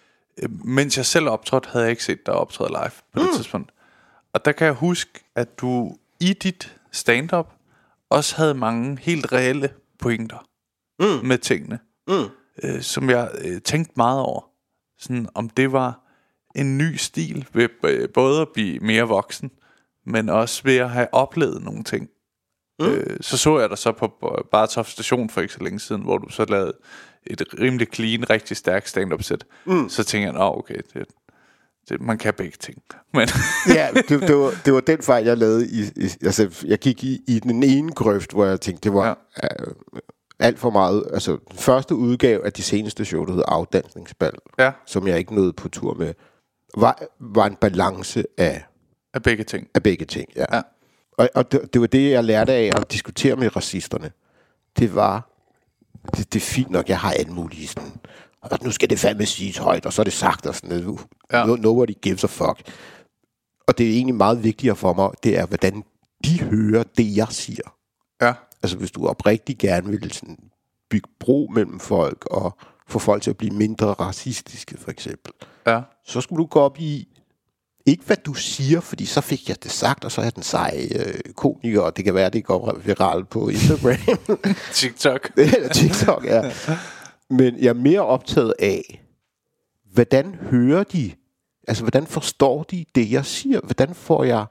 mens jeg selv optrådte, havde jeg ikke set dig optræde live på det mm. tidspunkt. Og der kan jeg huske, at du i dit stand-up også havde mange helt reelle pointer mm. med tingene, mm. øh, som jeg øh, tænkte meget over. Sådan om det var en ny stil ved øh, både at blive mere voksen, men også ved at have oplevet nogle ting. Mm. Øh, så så jeg dig så på Bartof Station for ikke så længe siden, hvor du så lavede et rimelig clean, rigtig stærkt stand-up set. Mm. Så tænkte jeg, nå okay, det, det, man kan begge ting. Men ja, det, det, var, det var den fejl, jeg lavede. I, i, altså, jeg gik i, i den ene grøft, hvor jeg tænkte, det var ja. øh, alt for meget. Altså, den første udgave af de seneste show, der hedder Afdansningsbal, ja. som jeg ikke nåede på tur med, var, var en balance af af begge ting. Af begge ting, ja. ja. Og, og det, det var det, jeg lærte af at diskutere med racisterne. Det var, det, det er fint nok, jeg har alle mulige sådan, og nu skal det fandme siges højt, og så er det sagt, og sådan noget. Ja. Nobody gives a fuck. Og det er egentlig meget vigtigere for mig, det er, hvordan de hører det, jeg siger. Ja. Altså, hvis du oprigtigt gerne vil sådan bygge bro mellem folk, og få folk til at blive mindre racistiske, for eksempel, ja. så skulle du gå op i, ikke hvad du siger, fordi så fik jeg det sagt, og så er den sej øh, komiker, og det kan være, det går viralt på Instagram. TikTok. Eller TikTok, ja. Men jeg er mere optaget af, hvordan hører de, altså hvordan forstår de det, jeg siger? Hvordan får jeg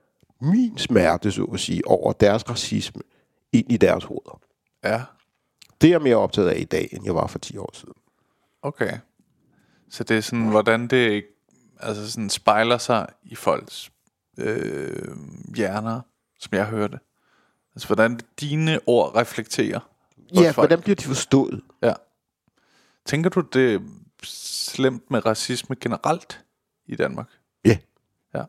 min smerte, så at sige, over deres racisme ind i deres hoveder? Ja. Det er jeg mere optaget af i dag, end jeg var for ti år siden. Okay. Så det er sådan, hvordan det altså sådan spejler sig i folks øh, hjerner, som jeg hørte. Altså hvordan dine ord reflekterer. Ja, folk. Hvordan bliver de forstået? Ja. Tænker du, det er slemt med racisme generelt i Danmark? Ja. Ja.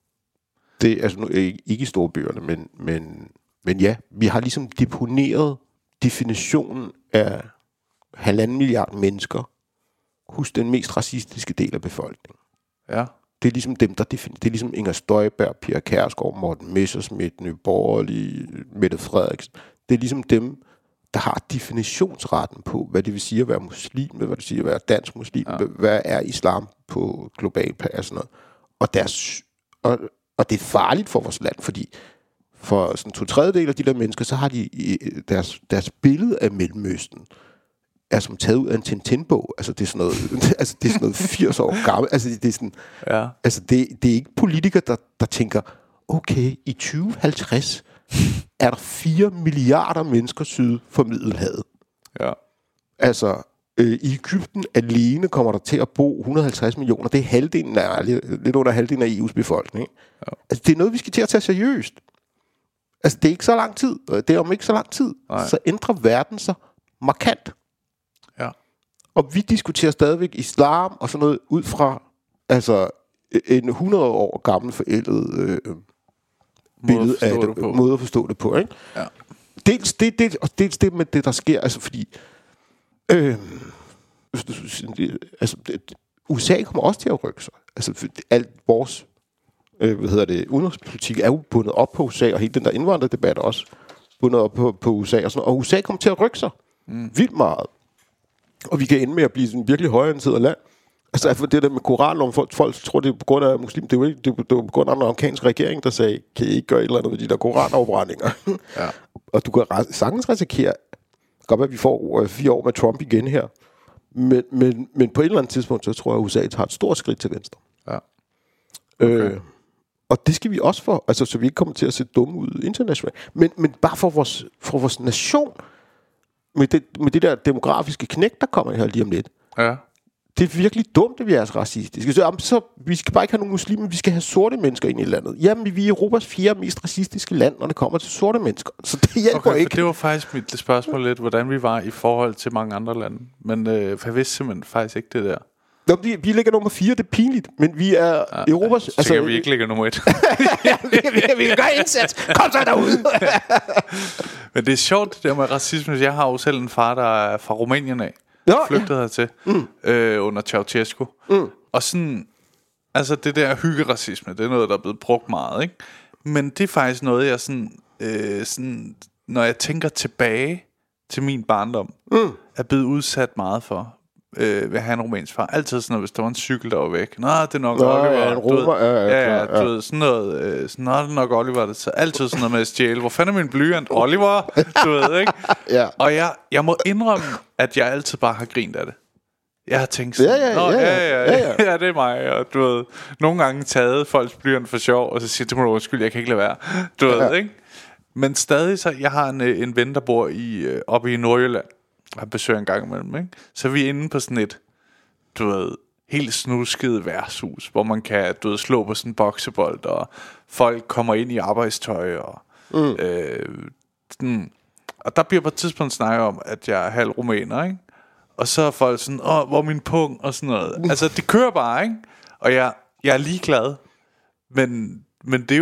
Det er altså nu ikke i storbyerne, men, men, men ja, vi har ligesom deponeret definitionen af halvanden milliard mennesker hos den mest racistiske del af befolkningen. Ja. Det er ligesom dem, der definerer. Det er ligesom Inger Støjberg, Pia Kjærsgaard, Morten Messerschmidt, Nye Borgerlige, Mette Frederiksen. Det er ligesom dem, der har definitionsretten på, hvad det vil sige at være muslim, hvad det vil sige at være dansk muslim, ja. Hvad er islam på global plan og sådan noget. Og, deres, og, og det er farligt for vores land, fordi for sådan to tredjedel af de der mennesker, så har de deres, deres billede af Mellemøsten er som taget ud af en Tintin-bog. Altså det er sådan noget, altså det er sådan noget firs år gammelt. Altså det er sådan, ja. altså det, det er ikke politikere, der, der tænker, okay, i tyve halvtreds er der fire milliarder mennesker syd for Middelhavet. Ja. Altså øh, i Egypten alene kommer der til at bo et hundrede og halvtreds millioner. Det er halvdelen af, lidt under halvdelen af E U's befolkning. Ja. Altså det er noget, vi skal til at tage seriøst. Altså det er ikke så lang tid. Det er om ikke så lang tid. Nej. Så ændrer verden sig markant. Ja. Og vi diskuterer stadigvæk islam og sådan noget ud fra altså en hundrede år gammel forældet øh, billede af det, måde at forstå det på, ikke? Ja. Dels det, det, og dels det med det, der sker, altså fordi øh, altså, det, U S A kommer også til at rykke sig. Altså alt vores øh, hvad hedder det, udenrigspolitik er jo bundet op på U S A, og hele den der indvandrerdebat er også bundet op på, på U S A, og, sådan, og U S A kommer til at rykke sig mm. vildt meget. Og vi kan ende med at blive sådan en virkelig højorienteret land. Altså for det der med koranloven, folk, folk tror, det er på grund af muslim, det er jo ikke, det er på grund af den amerikanske regering, der sagde, kan I ikke gøre et eller andet med de der koranafbrændinger? Ja. Og du kan sagtens risikere, godt være, at vi får øh, fire år med Trump igen her, men, men, men på et eller andet tidspunkt, så tror jeg, at U S A tager et stort skridt til venstre. Ja. Okay. Øh, og det skal vi også for, altså så vi ikke kommer til at se dumme ud internationalt. Men, men bare for vores, for vores nation, med det, med det der demografiske knæk, der kommer her lige om lidt. Ja. Det er virkelig dumt, at vi er så racistiske. Så, jamen, så vi skal bare ikke have nogen muslimer, vi skal have sorte mennesker ind i landet. Jamen, vi er Europas fjerde mest racistiske land, når det kommer til sorte mennesker. Så det hjælper okay, ikke. Det var faktisk mit spørgsmål lidt, hvordan vi var i forhold til mange andre lande. Men øh, jeg vidste simpelthen faktisk ikke det der. Nå, vi, vi ligger nummer fire, det er pinligt, men vi er ja, Europas... Ja, altså, tænker, vi ikke ligger nummer et. ja, vi, vi, vi kan gøre indsats. Kom så derud. Men det er sjovt, det der med racisme. Jeg har jo selv en far, der er fra Rumænien af. Nå, flygtede ja. hertil mm. øh, under Ceausescu. Mm. Og sådan, altså det der hyggeracisme, det er noget, der er blevet brugt meget, ikke? Men det er faktisk noget, jeg sådan, øh, sådan når jeg tænker tilbage til min barndom, mm. er blevet udsat meget for. Øh, ved at have en rumænsk far. Altid sådan noget, hvis der var en cykel, der var væk. Nå, det er nok Nå, Oliver. Ja, en romer, ja, ja, ja, ja, du ved, sådan noget. Øh, sådan, Nå, det er nok Oliver. Det, så altid sådan noget med at stjæle. Hvor fanden er min blyant? Oliver, du ved, ikke? Ja. Og jeg, jeg må indrømme, at jeg altid bare har grint af det. Jeg har tænkt sådan, ja, ja, Nå, ja, ja, ja, ja, ja, ja, ja, det er mig. Og du ved, nogle gange taget folks blyant for sjov, og så siger det må du undskyld, jeg kan ikke lade være. Du ja. ved, ikke? Men stadig så, jeg har en, en ven, der bor i, oppe i Nordjylland. Jeg har besøg en gang imellem, ikke? Så vi er inde på sådan et, du ved, helt snusket værtshus, hvor man kan, du ved, slå på sådan en boksebold, og folk kommer ind i arbejdstøj, og mm. øh, sådan. Og der bliver på et tidspunkt snakket om, at jeg er halv rumæner, ikke? Og så er folk sådan, åh, hvor er min pung, og sådan noget. Altså, det kører bare, ikke? Og jeg, jeg er ligeglad. Men, men det er jo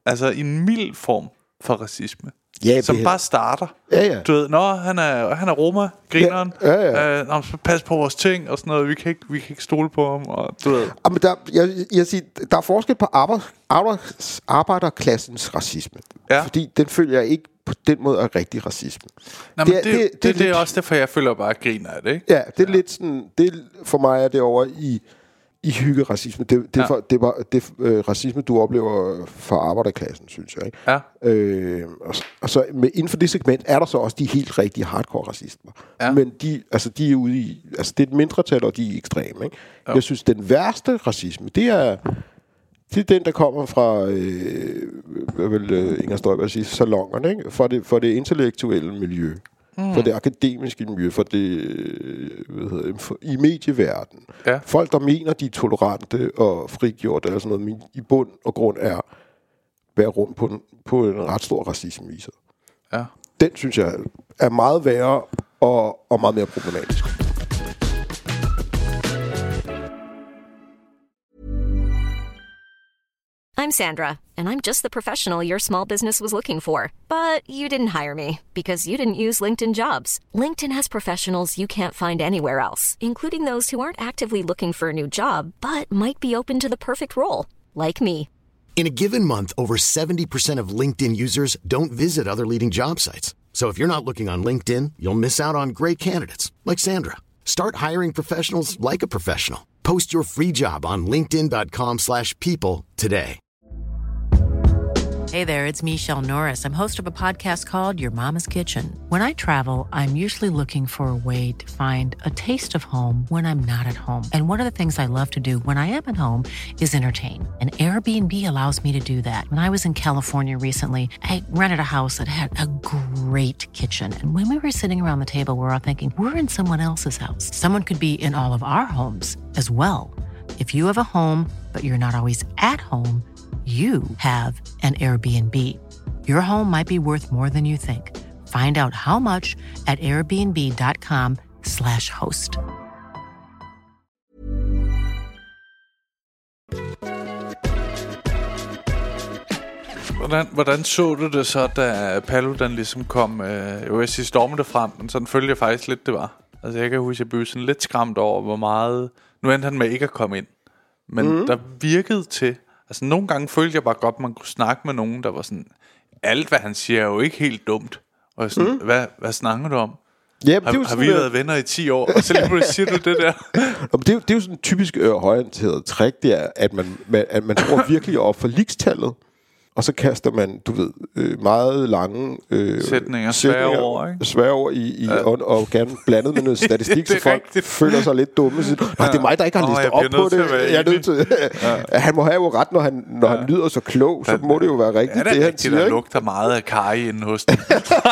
altså en mild form for racisme. Ja, som det bare starter. Ja, ja. Du ved, nå, han er, han er Roma, grineren. Ja, ja, ja. Øh, nå, pas på vores ting og sådan noget. Vi kan ikke, vi kan ikke stole på ham. Og, du ved. Ja, men der, jeg, jeg siger, der er forskel på arbejder, arbejderklassens racisme. Ja. Fordi den føler jeg ikke på den måde er rigtig racisme. Nå, det, det, det, det, det, det er også derfor, jeg føler bare griner af det, ikke? Ja, det er ja. lidt sådan, det, for mig er det over i i hyggeracisme. Det, det, ja. for, det var det øh, racisme, du oplever fra arbejderklassen, synes jeg. Ikke? Ja. Øh, og, og så med, inden for det segment er der så også de helt rigtige hardcore racister. Ja. Men de, altså, de er ude i... Altså, det er et mindretal, og de er ekstreme. Ikke? Jeg synes, den værste racisme, det er... Det er den, der kommer fra, øh, hvad vil øh, Inger Støjberg sige, salongerne, ikke? For det, for det intellektuelle miljø. Mm. For det akademiske miljø, for det hvad hedder det, for, i medieverdenen. Ja. Folk, der mener, de er tolerante og frigjort, eller sådan noget, men i bund og grund er være rundt på, en, på en ret stor racisme i sig. Ja. Den, synes jeg, er meget værre og, og meget mere problematisk. I'm Sandra, and I'm just the professional your small business was looking for. But you didn't hire me because you didn't use LinkedIn Jobs. LinkedIn has professionals you can't find anywhere else, including those who aren't actively looking for a new job, but might be open to the perfect role, like me. In a given month, over seventy percent of LinkedIn users don't visit other leading job sites. So if you're not looking on LinkedIn, you'll miss out on great candidates, like Sandra. Start hiring professionals like a professional. Post your free job on linkedin.com slash people today. Hey there, it's Michelle Norris. I'm host of a podcast called Your Mama's Kitchen. When I travel, I'm usually looking for a way to find a taste of home when I'm not at home. And one of the things I love to do when I am at home is entertain. And Airbnb allows me to do that. When I was in California recently, I rented a house that had a great kitchen. And when we were sitting around the table, we were all thinking, we're in someone else's house. Someone could be in all of our homes as well. If you have a home, but you're not always at home, you have an Airbnb. Your home might be worth more than you think. Find out how much at airbnb.com slash host. Hvordan, hvordan så du det så, da Paludan ligesom kom, øh, jeg vil sige, stormede frem, men sådan følte jeg faktisk lidt, det var. Altså jeg kan huske, jeg blev sådan lidt skræmt over, hvor meget... Nu endte han med ikke at komme ind. Men mm. der virkede til... Altså nogle gange følte jeg bare godt, man kunne snakke med nogen, der var sådan... Alt, hvad han siger, er jo ikke helt dumt. Og sådan, mm. hvad, hvad snakker du om? Ja, har, det er har vi været venner i ti år, og så lige pludselig siger du det der? det, er jo, det er jo sådan en typisk øh, højorienteret trick, det er, at man, man, at man tror virkelig op for ligestallet. Og så kaster man, du ved, øh, meget lange øh, sætninger, svære ord, ikke? Svære ord i, i ja. og, og gerne blandet med noget statistik, så folk rigtigt. føler sig lidt dumme. Så, ja. det er mig, der ikke har listet oh, op på det. Jeg er nødt til. Ja. Han må have jo ret, når han, når ja. han lyder så klog, så ja. må det jo være rigtigt, ja, det, det, det han siger. Der lugter meget af karry inde hos den.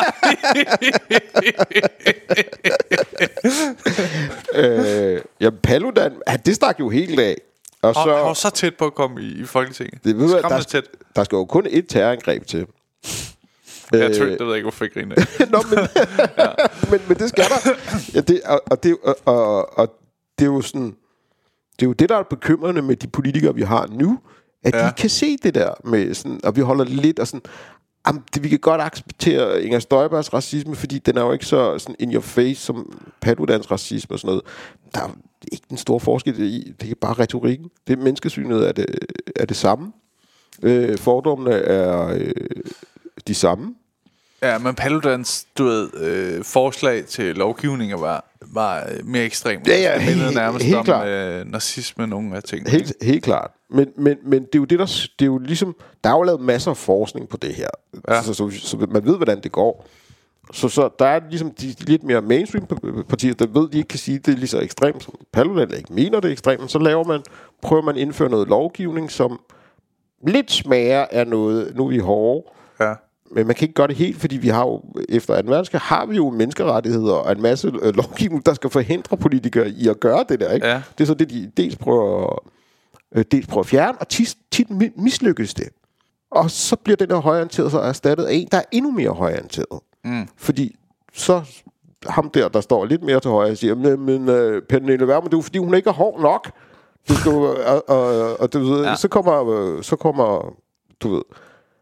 øh, ja, Paludan, det stak jo helt af. Og så, og, og så tæt på at komme i, i Folketinget. Det, ved jeg, der, tæt. der skal jo kun et terrorangreb til. Jeg tror, det ved jeg ikke, hvorfor jeg griner. Nå, men, ja. men, men det skal der. Ja, det, og, og, det, og, og, og det er jo sådan... Det er jo det, der er bekymrende med de politikere, vi har nu. At ja. de kan se det der med sådan... Og vi holder lidt og sådan... Jamen, det, vi kan godt acceptere Inger Støjbergs racisme, fordi den er jo ikke så sådan in your face som Paludans racisme og sådan noget. Der er ikke den store forskel i. Det er bare retorikken. Det er menneskesynet er det, er det samme. Øh, fordommene er øh, de samme. Ja, men Paludans, du ved, øh, forslag til lovgivninger var, var mere ekstremt. Ja, ja, det mindede nærmest helt om klart. Øh, narcissme, nogle af tingene. Helt, helt klart. Men, men, men det er jo det, der... Det er jo ligesom... Der er jo lavet masser af forskning på det her. Ja. Så, så, så, så man ved, hvordan det går. Så, så der er ligesom de lidt mere mainstream partier, der ved, de ikke kan sige, at det er lige så ekstremt, som Paludan ikke mener det er ekstremt. Så laver man, prøver man at indføre noget lovgivning, som lidt smager af noget, nu er vi hårde. Ja. Men man kan ikke gøre det helt, fordi vi har jo, efter anden verdenskrig, har vi jo menneskerettigheder og en masse øh, lovgivning, der skal forhindre politikere i at gøre det der, ikke? Ja. Det er så det, de dels prøver, øh, dels prøver at fjerne, og tit, tit mislykkes det. Og så bliver den der højorienteret så erstattet af en, der er endnu mere højorienteret. Mm. Fordi så ham der, der står lidt mere til højre, siger, men, men uh, Pernille Vermund, det er jo fordi, hun ikke er hård nok. Det skal, og, og, og, og det, ja. så kommer, så kommer, du ved,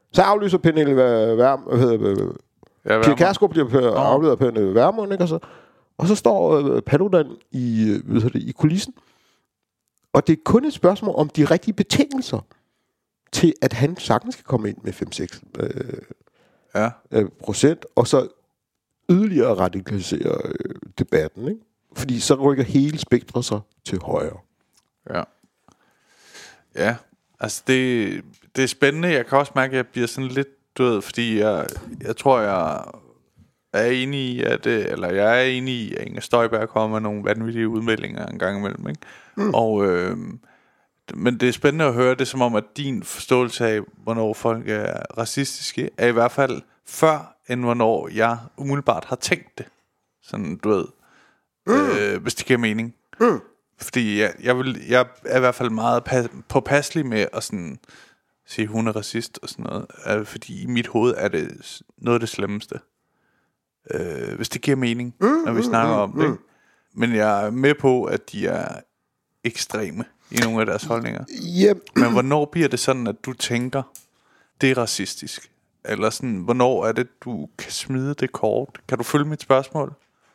Så aflyser Pernille Vermund. Ja, Pia Kjærsgaard bliver afledt af Pernille Vermund, ikke? Og så, og så står øh, Paludan i, øh, det, i kulissen. Og det er kun et spørgsmål om de rigtige betingelser til, at han sagtens skal komme ind med fem seks øh, ja. øh, procent, og så yderligere radikalisere øh, debatten, ikke? Fordi så rykker hele spektret sig til højre. Ja. Ja, altså det, det er spændende. Jeg kan også mærke, at jeg bliver sådan lidt død, fordi jeg, jeg tror, jeg er enig i, at det, eller jeg er enig i, at Inger Støjberg kommer med nogle vanvittige udmeldinger en gang imellem, ikke? Mm. Og, øh, men det er spændende at høre det, som om, at din forståelse af, hvornår folk er racistiske, er i hvert fald før, end hvornår jeg umiddelbart har tænkt det. Sådan, du ved, mm. øh, hvis det giver mening. Mm. Fordi jeg, jeg, vil, jeg er i hvert fald meget pas, påpasselig med at sådan sige, hun er racist og sådan noget. Øh, fordi i mit hoved er det noget af det slemmeste. Øh, hvis det giver mening, mm, når vi snakker mm, om det. Mm. Men jeg er med på, at de er ekstreme i nogle af deres holdninger. Yep. Men hvornår bliver det sådan, at du tænker, det er racistisk? Eller sådan, hvornår er det, du kan smide det kort? Kan du følge mit spørgsmål?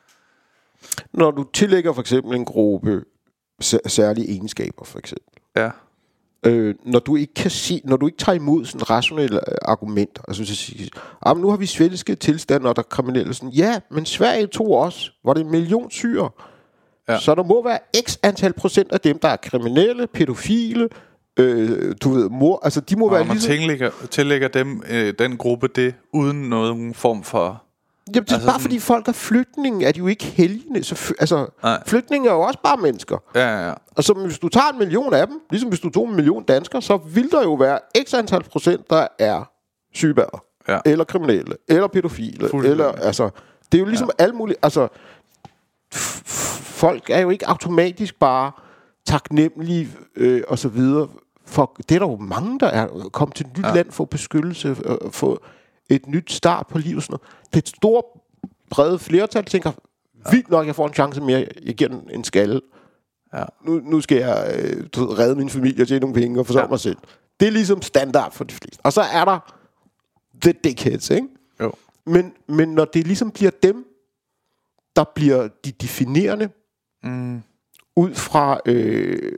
Når du tillægger for eksempel en gruppe særlige egenskaber, for eksempel. Ja. Øh, når du ikke kan sige, når du ikke tager imod sådan rationelle argumenter, altså så sige, ah, nu har vi svenske tilstande, og der er kriminelle sådan, ja, men Sverige tog også, var det en million syre. Ja. Så der må være x antal procent af dem, der er kriminelle, pædofile, øh, du ved, mor, altså de må og være man ligesom... tillægger, tillægger dem, øh, den gruppe det, uden nogen form for... Jamen, det er altså bare sådan... fordi folk er flygtninge, er de jo ikke helgene. Så f- altså, flygtninge er jo også bare mennesker. Ja, ja, ja. Og så hvis du tager en million af dem, ligesom hvis du tog en million danskere, så vil der jo være x antal procent, der er sygebærere, ja. Eller kriminelle, eller pædofile, eller altså, det er jo ligesom ja. Alt muligt, altså, f- folk er jo ikke automatisk bare taknemmelige, øh, og så videre. For det er der jo mange, der er kommet til et nyt ja. Land for beskyttelse, øh, for et nyt start på livet, sådan noget. Det er et stort, brede flertal, tænker, vildt nok, jeg får en chance mere, jeg giver den en skalle. Ja. Nu, nu skal jeg øh, redde min familie og tjene nogle penge og forsørge ja. Mig selv. Det er ligesom standard for de fleste. Og så er der the dickheads, ikke? Jo. Men, men når det ligesom bliver dem, der bliver de definerende, mm. ud fra øh,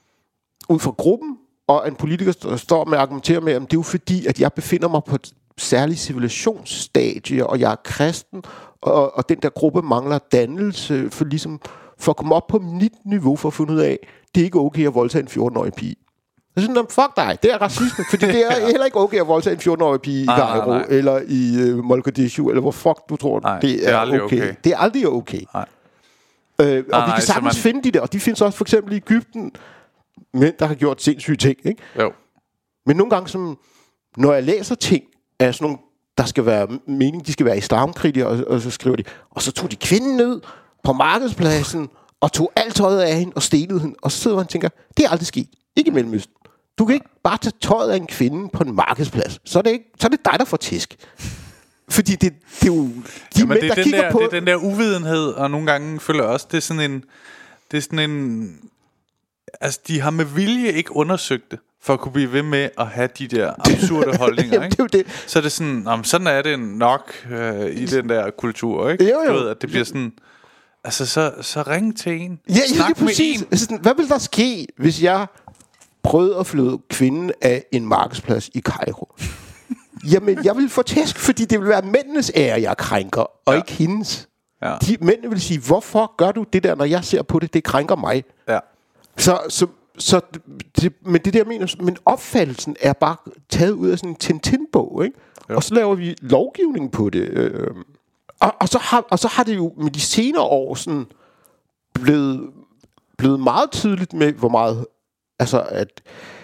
ud fra gruppen, og en politiker står med at argumentere med, at det er jo fordi, at jeg befinder mig på et særlig civilisationsstadie, og jeg er kristen, og, og den der gruppe mangler dannelse, for ligesom for at komme op på mit niveau, for at finde ud af, det er ikke okay at voldtage en fjorten-årig pige. Så sådan, fuck dig, det er racisme, fordi det er heller ikke okay at voldtage en fjorten-årig pige i Cairo, eller i uh, Mogadishu, eller hvor fuck du tror, nej, det, er det er aldrig okay. okay. Det er aldrig okay. Nej. Øh, nej, og vi nej, kan sagtens man... finde de der, og de findes også for eksempel i Egypten, mænd, der har gjort sindssyge ting, ikke? Jo. Men nogle gange, som, når jeg læser ting, er sådan nogle, der skal være mening, de skal være islamkritikere, og, og så skriver de, og så tog de kvinden ned på markedspladsen, og tog alt tøjet af hende, og stenede hende, og så sidder man og tænker, det er aldrig sket. Ikke i Mellemøsten. Du kan ikke bare tage tøjet af en kvinde på en markedsplads. Så er det, ikke, så er det dig, der får tæsk. Fordi det, det er jo de ja, mænd, det er der den kigger der, på... det er den der uvidenhed, og nogle gange føler jeg også, det er sådan en... Det er sådan en... Altså, de har med vilje ikke undersøgt det, for at kunne blive ved med at have de der absurde holdninger, Jamen, ikke? det er det. Så er det sådan, jamen, sådan er det nok øh, i den der kultur, ikke? Jo, jo. Du ved, at det bliver sådan... Altså, så, så ring til en. Ja, ja, det er præcis. Altså, hvad vil der ske, hvis jeg prøvede at flyde kvinden af en markedsplads i Cairo? Jamen, jeg vil få tæsk, fordi det vil være mændenes ære, jeg krænker, og ja. Ikke hendes. Ja. De mændene vil sige, hvorfor gør du det der, når jeg ser på det, det krænker mig. Ja. Så, så, så det, men det der jeg mener, men opfattelsen er bare taget ud af sådan en Tintin-bog, ikke? Og så laver vi lovgivning på det. Øh, og, og, så har, og så har det jo med de senere år sådan blevet, blevet meget tydeligt med, hvor meget, altså at,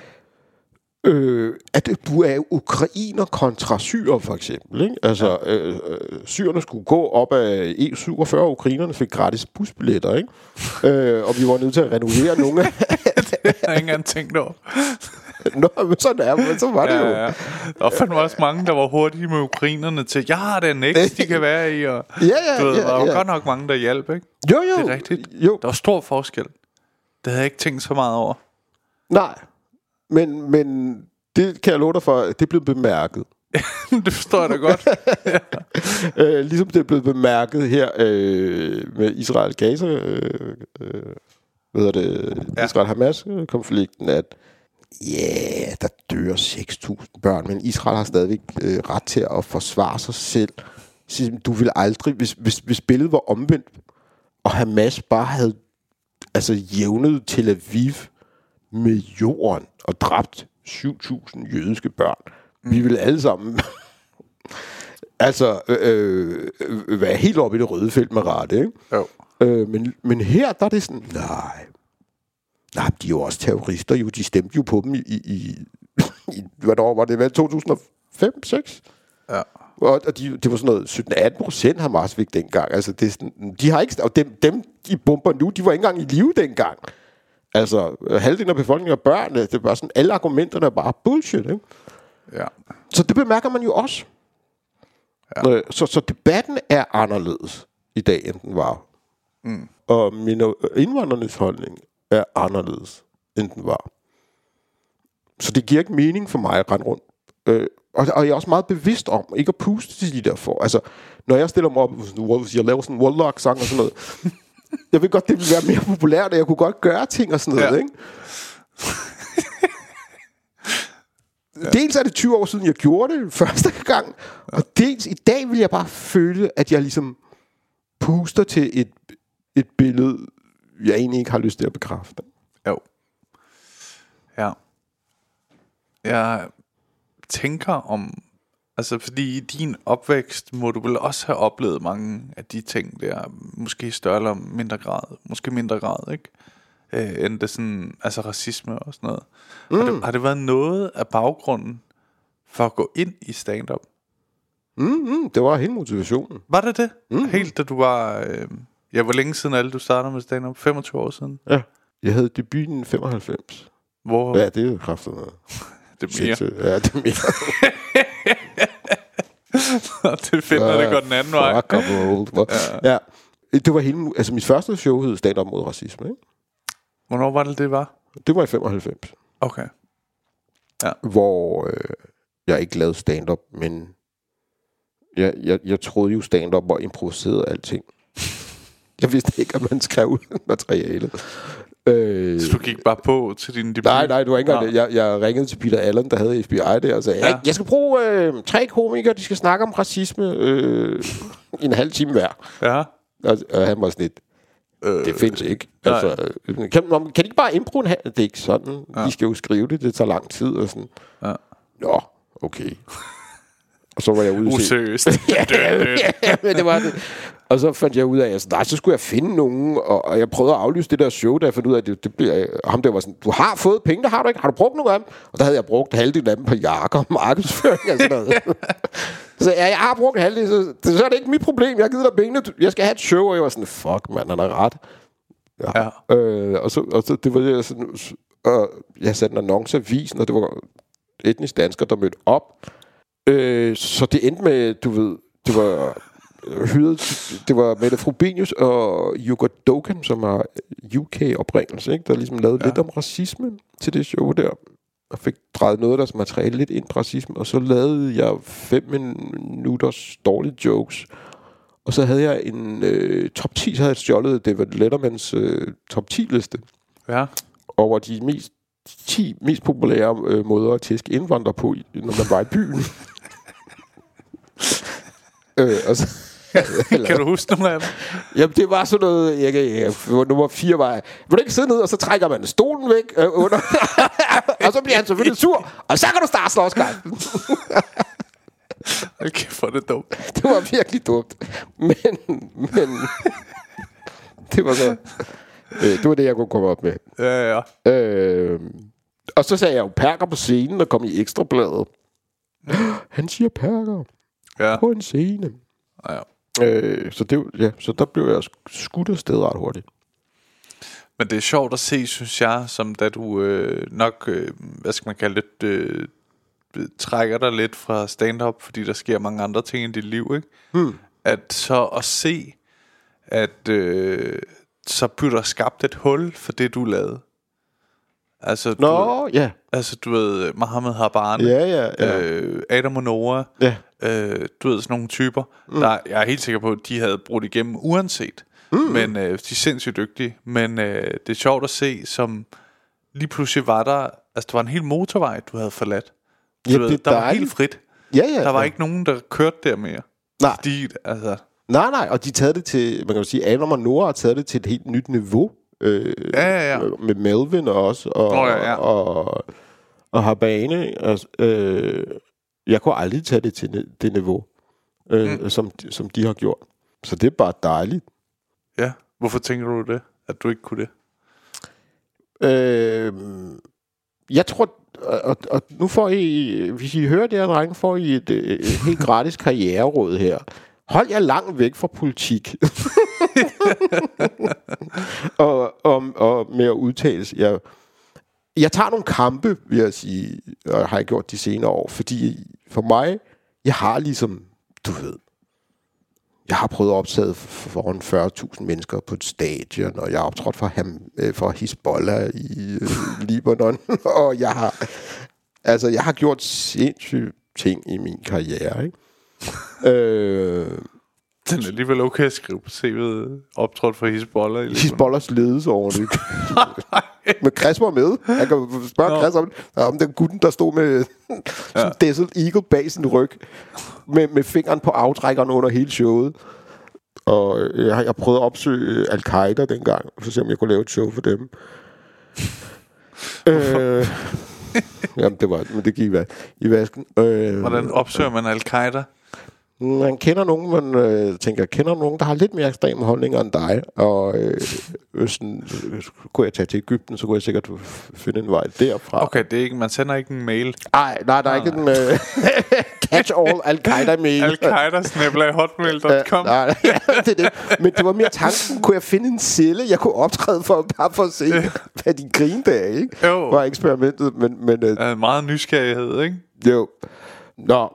øh, at du er ukrainer kontra syrer for eksempel, ikke? Altså ja. øh, syrerne skulle gå op af E syvogfyrre, ukrainerne fik gratis busbilletter, ikke? øh, og vi var nødt til at renovere nogle af det har jeg ikke engang tænkt over. Nå, men sådan er men så var det ja, jo. Ja. Der fandt også mange, der var hurtige med ukrainerne til, jeg har det next, de kan være i, og ja, ja, du ved, ja, der var ja. godt nok mange, der hjalp, ikke? Jo, jo. Det er rigtigt. Jo. Der var stor forskel. Det havde jeg ikke tænkt så meget over. Nej, men, men det kan jeg love dig for, det blev bemærket. Det forstår jeg da godt. Ja. øh, ligesom det er blevet bemærket her øh, med Israel-Gaza, øh, øh, hvad hedder det, ja. Israel-Hamas-konflikten, at ja, yeah, der dør seks tusind børn, men Israel har stadigvæk øh, ret til at forsvare sig selv. Så du vil aldrig, hvis, hvis, hvis billedet var omvendt, og Hamas bare havde altså jævnet Tel Aviv med jorden og dræbt syv tusind jødiske børn. Mm. Vi ville alle sammen altså øh, øh, være helt oppe i det røde felt med rette, ikke? Jo. Øh, men, men her, der er det sådan, nej, nej, de er jo også terrorister, jo, de stemte jo på dem i, i, i hvad der var det, hvad, to tusind og fem, seks? Ja. Og, og de, det var sådan noget sytten atten procent Hamas fik dengang. Altså, det er sådan, de har ikke, og dem, dem, de bomber nu, de var ikke engang i live dengang. Altså, halvdelen af befolkningen er børn, det er bare sådan, alle argumenterne er bare bullshit, ikke? Ja. Så det bemærker man jo også. Ja. Så, så debatten er anderledes i dag, end den var. Mm. Og mine indvandrernes holdning er anderledes, end den var. Så det giver ikke mening for mig at rende rundt. Øh, og, og jeg er også meget bevidst om ikke at puste til de der for. Altså, når jeg stiller mig op, hvis jeg laver sådan en Warlock-sang og sådan noget, jeg ved godt, det ville være mere populært, og jeg kunne godt gøre ting og sådan noget, ja. Ikke? Ja. Dels er det tyve år siden, jeg gjorde det første gang, ja. Og dels i dag vil jeg bare føle, at jeg ligesom puster til et, et billede, jeg egentlig ikke har lyst til at bekræfte. Jo. Ja. Jeg tænker om, altså fordi i din opvækst må du vel også have oplevet mange af de ting der, måske i større eller mindre grad, måske mindre grad, ikke? Øh, end det sådan, altså racisme og sådan noget. Mm. Har, det, har det været noget af baggrunden for at gå ind i stand-up? Mm-hmm, det var hele motivationen. Var det det? Mm-hmm. Helt da du var, øh, ja, hvor længe siden alle du startede med stand-up? femogtyve år siden? Ja, jeg havde debuten i femoghalvfems. Hvor? Ja, det er jo kraftigt noget. Det er mere. Ja, det er mere. Det er fedt, når det går den anden vej. Fuck up old. Ja. Ja, det var hele, altså mit første show hed Stand Up mod racisme, ikke? Hvornår var det, det var? Det var i femoghalvfems. Okay. Ja. Hvor øh, jeg ikke lavede stand-up, men jeg, jeg, jeg troede jo stand-up var improviseret alting. Jeg vidste ikke, at man skrev materialet. Øh, Så du gik bare på til din debut? Nej, nej, du var ikke engang ja. jeg, jeg ringede til Peter Allen, der havde F B I der, og sagde, ja. jeg, jeg skal bruge øh, tre komikere, de skal snakke om racisme øh, i en halv time hver. Ja. Og, og han var sådan lidt, øh, det findes ikke. Altså, kan, kan de ikke bare improve en halv? Det er ikke sådan. Ja. De skal jo skrive det, det tager lang tid og sådan. Ja. Nå, okay. Og så var jeg ude og Useriøst. ja, ja, men det var det. Og så fandt jeg ud af, at nej, så skulle jeg finde nogen, og, og jeg prøvede at aflyse det der show, der jeg fandt ud af, at det, det bliver, ham der var sådan, du har fået penge, der har du ikke, har du brugt nogle af dem? Og der havde jeg brugt halvdelen af dem på jakker og markedsføring og sådan noget. Så ja, jeg har brugt halvdelen, så, så er det ikke mit problem, jeg har givet dig pengene, jeg skal have et show, og jeg var sådan, fuck mand, han har ret. Ja. Ja. Øh, og, så, og så, det var det, sådan, og jeg satte en annonce i avisen, og det var etnisk danskere, der mødte op. Øh, så det endte med, du ved, det var hyret, det var Mette Frobenius og Hugo Doken, som er U K-oprindelse, ikke? Der ligesom lavede ja. lidt om racisme til det show der, og fik drejet noget af deres materiale lidt ind på racisme, og så lavede jeg fem minutters dårlige jokes, og så havde jeg en øh, top ti, så havde jeg stjålet David Lettermans øh, top ti-liste ja. over de mest ti mest populære øh, måder at tæske indvandrere på, når man var i byen. øh, og så, eller, kan du huske nogle af dem? Jamen, det var sådan noget, jeg, jeg, jeg, nummer fire var, vil du ikke sidde ned, og så trækker man stolen væk øh, under, og så bliver han selvfølgelig sur, og så kan du starte slåskampen. Okay, for det dumt. Det var virkelig dumt. Men, men det var så, øh, det var det, jeg kunne komme op med. Ja, ja. Øh, og så sagde jeg jo Perker på scenen, og kom i Ekstrabladet. Han siger Perker ja. på en scene. Ja, ja. Øh, så, det, ja, så der blev jeg skudt afsted ret hurtigt. Men det er sjovt at se, synes jeg, som da du øh, nok, øh, hvad skal man kalde det, øh, trækker dig lidt fra stand-up, fordi der sker mange andre ting i dit liv, ikke? Hmm. At så at se, at øh, så bliver der skabt et hul for det, du lavede. Altså, Nå, du, ja. Altså, du ved, Mohammed Habane, ja, ja, ja. Øh, Adam og Noah, ja. øh, du ved, sådan nogle typer, mm. der jeg er helt sikker på, at de havde brudt igennem uanset. Mm. Men øh, de er sindssygt dygtige. Men øh, det er sjovt at se, som lige pludselig var der, altså der var en hel motorvej, du havde forladt. Du Ja, ved, det der var dejligt. helt frit. Ja, ja, der var ja. ikke nogen, der kørte der mere. Nej. Fordi, altså... Nej, nej, og de taget det til, man kan jo sige, Adam og Noah har taget det til et helt nyt niveau. Øh, ja, ja, ja. Med Melvin også, og, oh, ja, ja. og, og Habane. Altså, øh, jeg kunne aldrig tage det til det niveau, øh, mm. som, som de har gjort. Så det er bare dejligt. Ja, hvorfor tænker du det, at du ikke kunne det? Øh, jeg tror, og, og nu får I, hvis I hører det her, drenge, får I et, et helt gratis karriereråd her. Hold jer langt væk fra politik. og, og, og med at udtales. Jeg, jeg tager nogle kampe, vil jeg sige, og har jeg gjort de senere år, fordi for mig, jeg har ligesom, du ved, jeg har prøvet at opsætte foran fyrre tusind mennesker på et stadion, og jeg har optrådt for, ham, for Hezbollah i øh, Libanon, og jeg har, altså, jeg har gjort sindssyge ting i min karriere, ikke? øh, Den er alligevel okay at skrive på C V'et, optrådt for Hezbollah i Libanon. Hezbollahs ledelse over det. Men Chris var med. Jeg kan spørge no. Chris om, om den gutten, der stod med ja. en Desert Eagle bag sin ryg, med, med fingeren på aftrækkeren under hele showet. Og jeg, jeg prøvede at opsøge Al-Qaida dengang, for at se, om jeg kunne lave et show for dem. øh, jamen, det var, men det gik i, i vasken. Øh, Hvordan opsøger man Al-Qaida? Man kender nogen, man øh, tænker, kender nogen, der har lidt mere ekstreme holdninger end dig, og øh, sådan, øh, kunne jeg tage til Egypten, så kunne jeg sikkert finde en vej derfra. Okay, det er ikke, man sender ikke en mail. Ej, nej, der er ah, ikke nej. en øh, catch-all Al-Qaida-mail. Al-Qaida snabel-a hotmail punktum com. Nej, nej, det er det. Men det var mere tanken, kunne jeg finde en celle, jeg kunne optræde for, bare for at se, hvad de grinede af, ikke? Jo. Var eksperimentet, men... men øh, uh, meget nysgerrighed, ikke? Jo. Nå.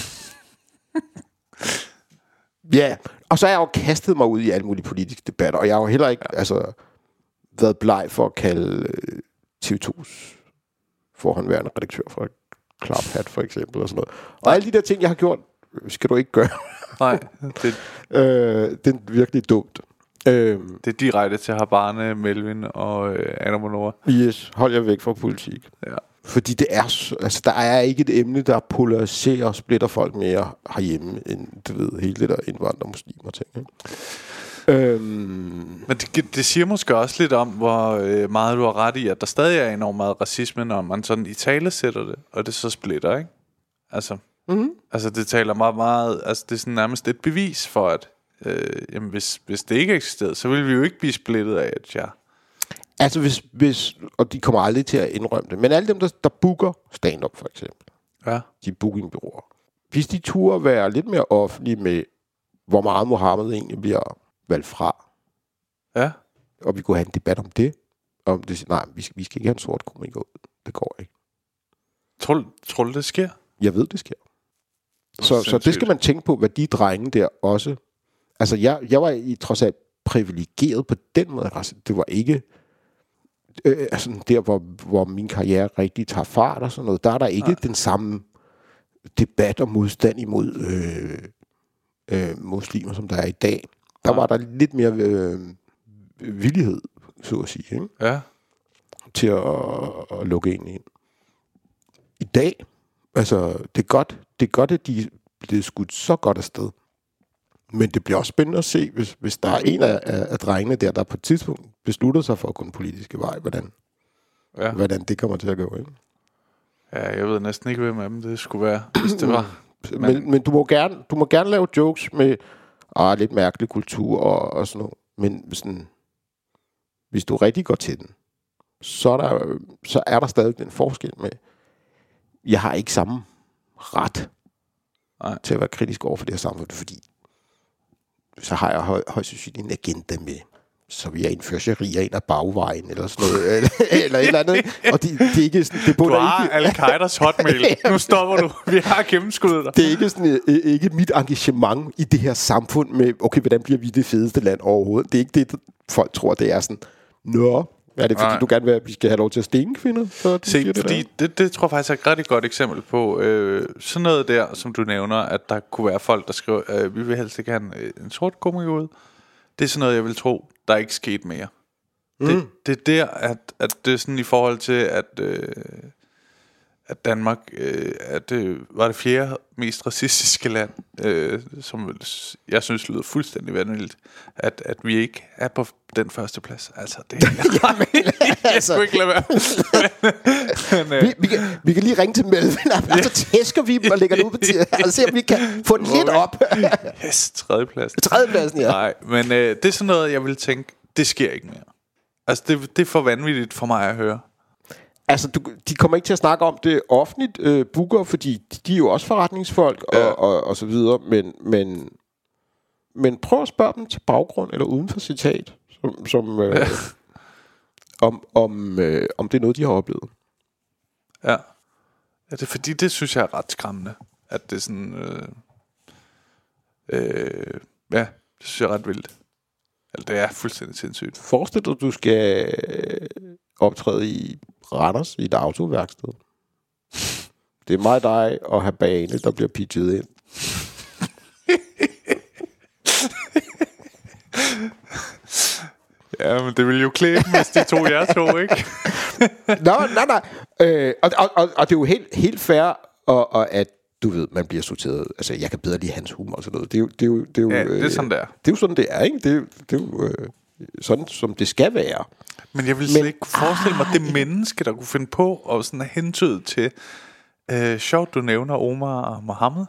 Ja, og så har jeg jo kastet mig ud i alle mulige politiske debatter, og jeg har jo heller ikke ja. altså, været bleg for at kalde øh, T V to's forhåndværende redaktør for Klaphat for eksempel, og sådan noget. Og Nej. alle de der ting, jeg har gjort, skal du ikke gøre. Nej, det, øh, det er virkelig dumt. Øh, det er direkte til Habane, Melvin og øh, Adam og Noah. Yes, hold jer væk fra politik. Ja. Fordi det er, altså der er ikke et emne, der polariserer og splitter folk mere herhjemme, end du ved, hele det der indvandrer muslimer ting. Ikke? Øhm. Men det, det siger måske også lidt om, hvor øh, meget du har ret i, at der stadig er enormt meget racisme, når man sådan i tale sætter det, og det så splitter, ikke? Altså, mm-hmm. altså det taler meget, meget, altså det er sådan nærmest et bevis for, at øh, jamen, hvis, hvis det ikke eksisterede, så ville vi jo ikke blive splittet af, at jeg... Altså hvis, hvis, og de kommer aldrig til at indrømme det, men alle dem, der, der booker stand-up for eksempel, ja. de bookingbureauer, hvis de turde være lidt mere offentlige med, hvor meget Mohammed egentlig bliver valgt fra, ja. og vi kunne have en debat om det, om det, nej, vi skal, vi skal ikke have en sort komiker ud, det går ikke. Tror, tror du, det sker? Jeg ved, det sker. Så, så det skal man tænke på, hvad de drenge der også, altså jeg, jeg var i trods alt privilegeret på den måde, altså det var ikke... Øh, altså der, hvor, hvor min karriere rigtig tager fart og sådan noget, der er der ikke ja. den samme debat og modstand imod øh, øh, muslimer, som der er i dag. Der ja. var der lidt mere øh, villighed, så at sige, ikke? Ja. Til at, at lukke ind i. I dag, altså, det er godt, det er godt, at de bliver skudt så godt afsted. Men det bliver også spændende at se, hvis, hvis der er en af, af, af drengene der, der på et tidspunkt beslutter sig for at gå den politiske vej, hvordan, ja. hvordan det kommer til at gå, ikke? Ja, jeg ved næsten ikke, hvem af dem det skulle være, hvis det var. Men, men, men du, må gerne, du må gerne lave jokes med ah, lidt mærkelig kultur og, og sådan noget. Men sådan, hvis du rigtig går til den, så er der, så er der stadig den forskel med, jeg har ikke samme ret Nej. til at være kritisk over for det her samfund, fordi så har jeg høj, højst sandsynligt en agenda med, så vil jeg indføre sharia ind ad bagvejen, eller sådan noget, eller, eller et eller andet. Og det, det er ikke sådan... Det du har Al-Qaidas hotmail. Nu stopper du. Vi har gennemskuddet dig. Det er ikke sådan, ikke mit engagement i det her samfund med, okay, hvordan bliver vi det fedeste land overhovedet? Det er ikke det, folk tror, det er sådan, nå, Er det fordi, Nej. du gerne vil, at vi skal have lov til at stene kvinder? Så Se, det fordi det, det tror jeg faktisk er et rigtig godt eksempel på. Øh, sådan noget der, som du nævner, at der kunne være folk, der skriver, øh, vi vil helst ikke have en, en sort gummi ud. Det er sådan noget, jeg vil tro, der er ikke sket mere. Mm. Det, det er der, at, at det er sådan i forhold til, at, øh, at Danmark øh, at, øh, var det fjerde mest racistiske land, øh, som jeg synes lyder fuldstændig vanvittigt, at, at vi ikke er på den første plads. Altså, det er Jamen, jeg skulle ikke lade være. men, men, vi, vi, kan, vi kan lige ringe til Melvin, og så tæsker vi dem og lægger det ud på tiden, og se, om vi kan få den lidt op. Yes, tredjepladsen. Tredjepladsen, ja. Nej, men øh, det er sådan noget, jeg vil tænke, det sker ikke mere. Altså, det, det er for vanvittigt for mig at høre. Altså, du, de kommer ikke til at snakke om det offentligt, øh, Booker, fordi de, de er jo også forretningsfolk og, ja. og, og, og så videre, men, men, men prøv at spørge dem til baggrund eller uden for citat, som, som, øh, ja. om, om, øh, om det er noget, de har oplevet. Ja, ja det er fordi, det synes jeg er ret skræmmende, at det er sådan, øh, øh, ja, det synes jeg er ret vildt. Altså, det er fuldstændig sindssygt. Forestil dig, at du skal optræde i Randers i et autoværksted. Det er mig, dig og have bane, der bliver pitchet ind. Ja, men det vil jo klæbe, hvis de to jer to, ikke? Nå, nej, nej. Øh, og, og, og, og det er jo helt, helt fair, og, og at du ved, man bliver sorteret. Altså, jeg kan bedre lide hans humor og sådan noget. Det er jo, det er jo, det er jo, ja, det er sådan, det er. Det er jo sådan, det er, ikke? Det er, det er jo øh, sådan, som det skal være. Men jeg vil slet ikke kunne forestille mig, det menneske, der kunne finde på og sådan hentyde til. Øh, sjovt, du nævner Omar og Mohammed.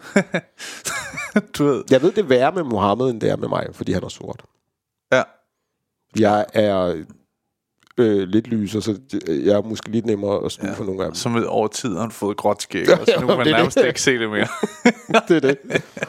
Du ved. Jeg ved, det er værre med Mohammed, end det er med mig, fordi han er sort. Ja. Jeg er øh, lidt lyser, så jeg er måske lidt nemmere at sluge ja. for nogle af dem. Som over tid har han fået gråt skæg, og så nu kan man nærmest ikke se det mere. Det er det.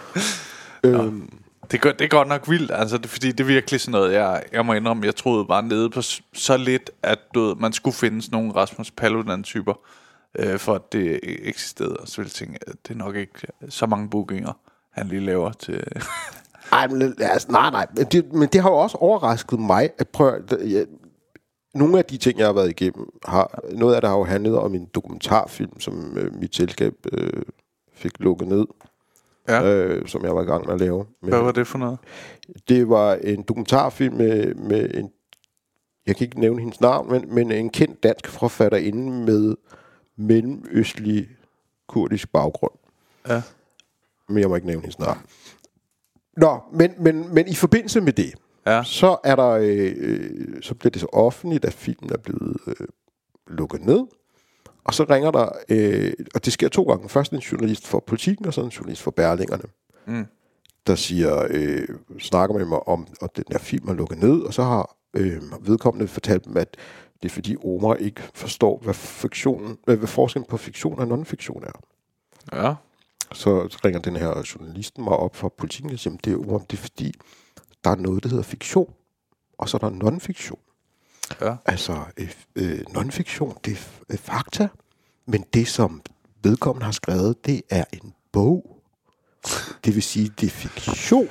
øhm. Det er, det er godt nok vildt, altså, det, fordi det er virkelig sådan noget, jeg, jeg må indrømme, jeg troede bare nede på så lidt, at du ved, man skulle finde sådan nogle Rasmus Paludan-typer, øh, for at det eksisterede, og så ville jeg tænke, at det er nok ikke så mange bookinger, han lige laver til... Ej, men, altså, nej, nej, men det, men det har jo også overrasket mig, at prøve... Jeg, nogle af de ting, jeg har været igennem, har, noget af det har jo handlet om en dokumentarfilm, som øh, mit selskab øh, fik lukket ned. Ja. Øh, som jeg var i gang med at lave. Men hvad var det for noget? Det var en dokumentarfilm med, med en, jeg kan ikke nævne hendes navn, men, men en kendt dansk forfatterinde med mellemøstlig kurdisk baggrund. Ja. Men jeg må ikke nævne hendes navn. Nå, men, men, men i forbindelse med det, ja. så er der, øh, så bliver det så offentligt, at filmen er blevet øh, lukket ned. Og så ringer der, øh, og det sker to gange. Først en journalist for Politiken, og så en journalist for Berlingerne. Mm. Der siger, øh, snakker med mig om, at den der film er lukket ned, og så har øh, vedkommende fortalt dem, at det er fordi Omar ikke forstår, hvad, fiktionen, øh, hvad forskellen på fiktion og non-fiktion er. Ja. Så ringer den her journalisten mig op fra Politiken, og siger, det er, Omar, det er fordi, der er noget, der hedder fiktion, og så er der non-fiktion. Ja. Altså, øh, øh, non-fiktion, det er øh, fakta, men det, som vedkommende har skrevet, det er en bog. Det vil sige, det er fiktion.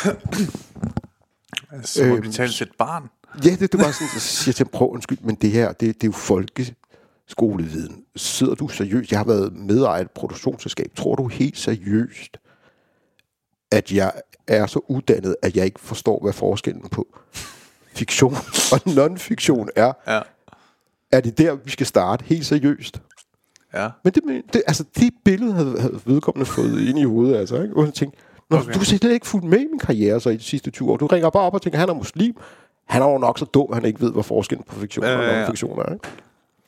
Så må øhm, vi tale til et barn. Ja, det, det var sådan, så siger jeg til ham, prøv, undskyld, men det her, det, det er jo folkeskoleviden. Sidder du seriøst? Jeg har været medejer af et produktionsselskab. Tror du helt seriøst, at jeg er så uddannet, at jeg ikke forstår, hvad forskellen på fiktion og non-fiktion er? Ja. Er det der, vi skal starte? Helt seriøst? Ja. Men det, det, altså, det billede havde, havde vedkommende fået ind i hovedet, altså, ikke? Og jeg tænkte, Nå, okay. Du har slet ikke fulgt med i min karriere så i de sidste tyve år. Du ringer bare op og tænker, han er muslim. Han er jo nok så dum, han ikke ved, hvad forskellen på fiktion ja, ja, ja. og non-fiktion er, ikke?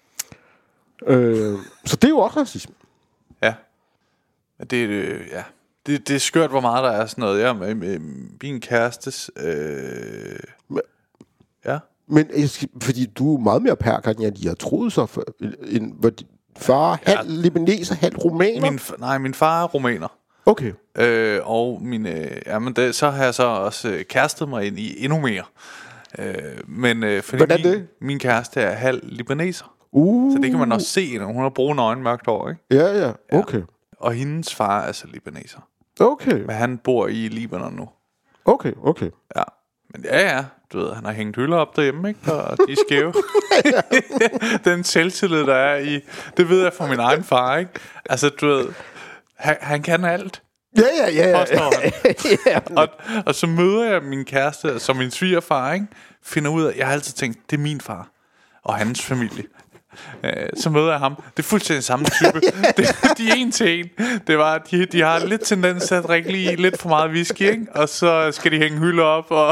Øh, så det er jo også racisme. Ja. Det, øh, ja. Det, det er skørt, hvor meget der er sådan noget. Ja, med, med min kærestes... Øh, men, ja. Men fordi du er meget mere perker, end jeg lige har troet så. For, en, hvor din far ja. halv libaneser, halv rumæner? Min, nej, min far er rumæner. Okay. Øh, og min, øh, jamen det, så har jeg så også øh, kærestet mig ind i endnu mere. Øh, men øh, fordi Hvordan min, det? min kæreste er halv libaneser. Uh. Så det kan man også se, når hun har brune øjne, mørkt hår, ikke? Ja, ja, okay. Ja. Og hendes far er så libaneser. Okay. Men han bor i Libanon nu. Okay, okay. Ja. Men ja, ja, du ved, han har hængt hylder op derhjemme, ikke? Og de er skæve. Den selvtillid, der er i, det ved jeg fra min egen far, ikke? Altså, du ved, han, han kan alt. Ja, ja, ja, ja. ja. og, og så møder jeg min kæreste, som min svigerfar, ikke? Finder ud af, jeg har altid tænkt, det er min far og hans familie. Så møder jeg ham. Det er fuldstændig samme type. det, De er en til en. Det var, de, de har lidt tendens til at drikke lige lidt for meget whisky, ikke? Og så skal de hænge hylder op og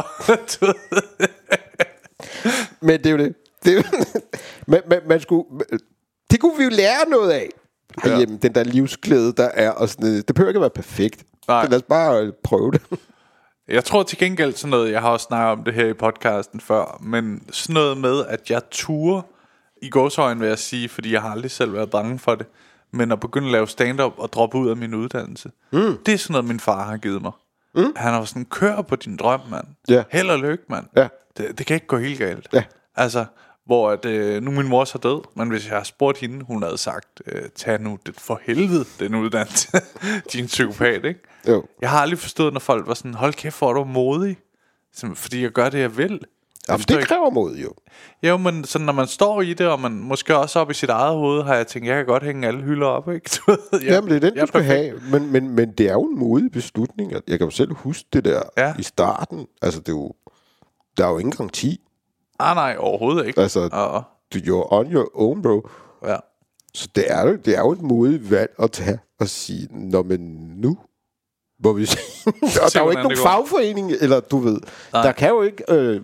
Men det er jo det, det er jo, man, man, man skulle, det kunne vi jo lære noget af herhjemme, ja. Den der livsglæde der er og sådan, det behøver ikke at være perfekt. Så lad os bare prøve det. Jeg tror til gengæld sådan noget, jeg har også snakket om det her i podcasten før, men sådan noget med, at jeg turer i gåsøjne, vil jeg sige, fordi jeg har aldrig selv været bange for det, men at begynde at lave stand-up og droppe ud af min uddannelse, mm. det er sådan noget, min far har givet mig. Mm. Han har sådan, kør på din drøm, mand. Yeah. Held og lykke, mand. Yeah. Det, det kan ikke gå helt galt. Yeah. Altså, hvor at, øh, nu min mor så død, men hvis jeg har spurgt hende, hun havde sagt, øh, tag nu det for helvede, den uddannelse. Din psykopat, ikke? Jo. Jeg har aldrig forstået, når folk var sådan, hold kæft, hvor er du modig, fordi jeg gør det, jeg vil. Jamen, det kræver mod, jo. Jo, men sådan, når man står i det, og man måske også op i sit eget hoved, har jeg tænkt, jeg kan godt hænge alle hylder op, ikke? jeg, Jamen, det er den, du skal have. Men, men, men det er jo en modig beslutning. Jeg kan jo selv huske det der ja. i starten. Altså, det er jo, der er jo ingen garanti. Ah, nej, overhovedet ikke. Altså, uh-uh. you're on your own, bro. Ja. Så det er, det er jo et modigt valg at tage og sige, nå, men nu... Hvor vi og der er jo ikke nogen fagforening, eller du ved, nej. Der kan jo ikke... Øh,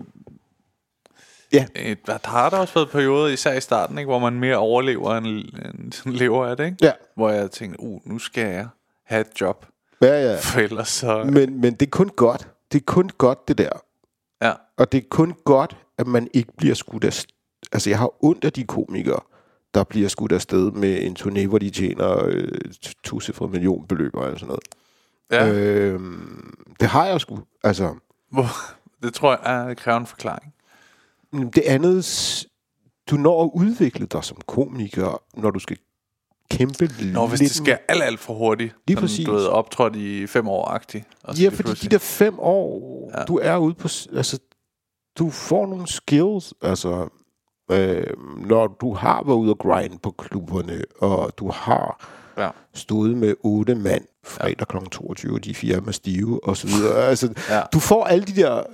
ja. Der har der også været perioder, især i starten, ikke, hvor man mere overlever end, end lever af det, ikke? Ja. Hvor jeg tænkte, uh, nu skal jeg have et job. Ja, ja. For ellers så... Men, men det er kun godt. Det er kun godt, det der. Ja. Og det er kun godt, at man ikke bliver skudt af... Altså, jeg har ondt af de komikere, der bliver skudt afsted med en turné, hvor de tjener øh, to-cifrede millionbeløb og sådan noget. Ja. Øh, det har jeg sgu. Altså, det tror jeg er, kræver en forklaring. Det andet, du når at udvikle dig som komiker, når du skal kæmpe lidt. Nå, hvis det skal alt, alt for hurtigt. Lige præcis. Du ved, optrådt i fem år-agtigt. Ja, fordi de der fem år, ja. du er ude på... Altså, du får nogle skills, altså... Øh, når du har været ude og grind på klubberne, og du har ja. stået med otte mand fredag ja. klokken toogtyve, og de fire med stive, og så videre. Altså, ja. du får alle de der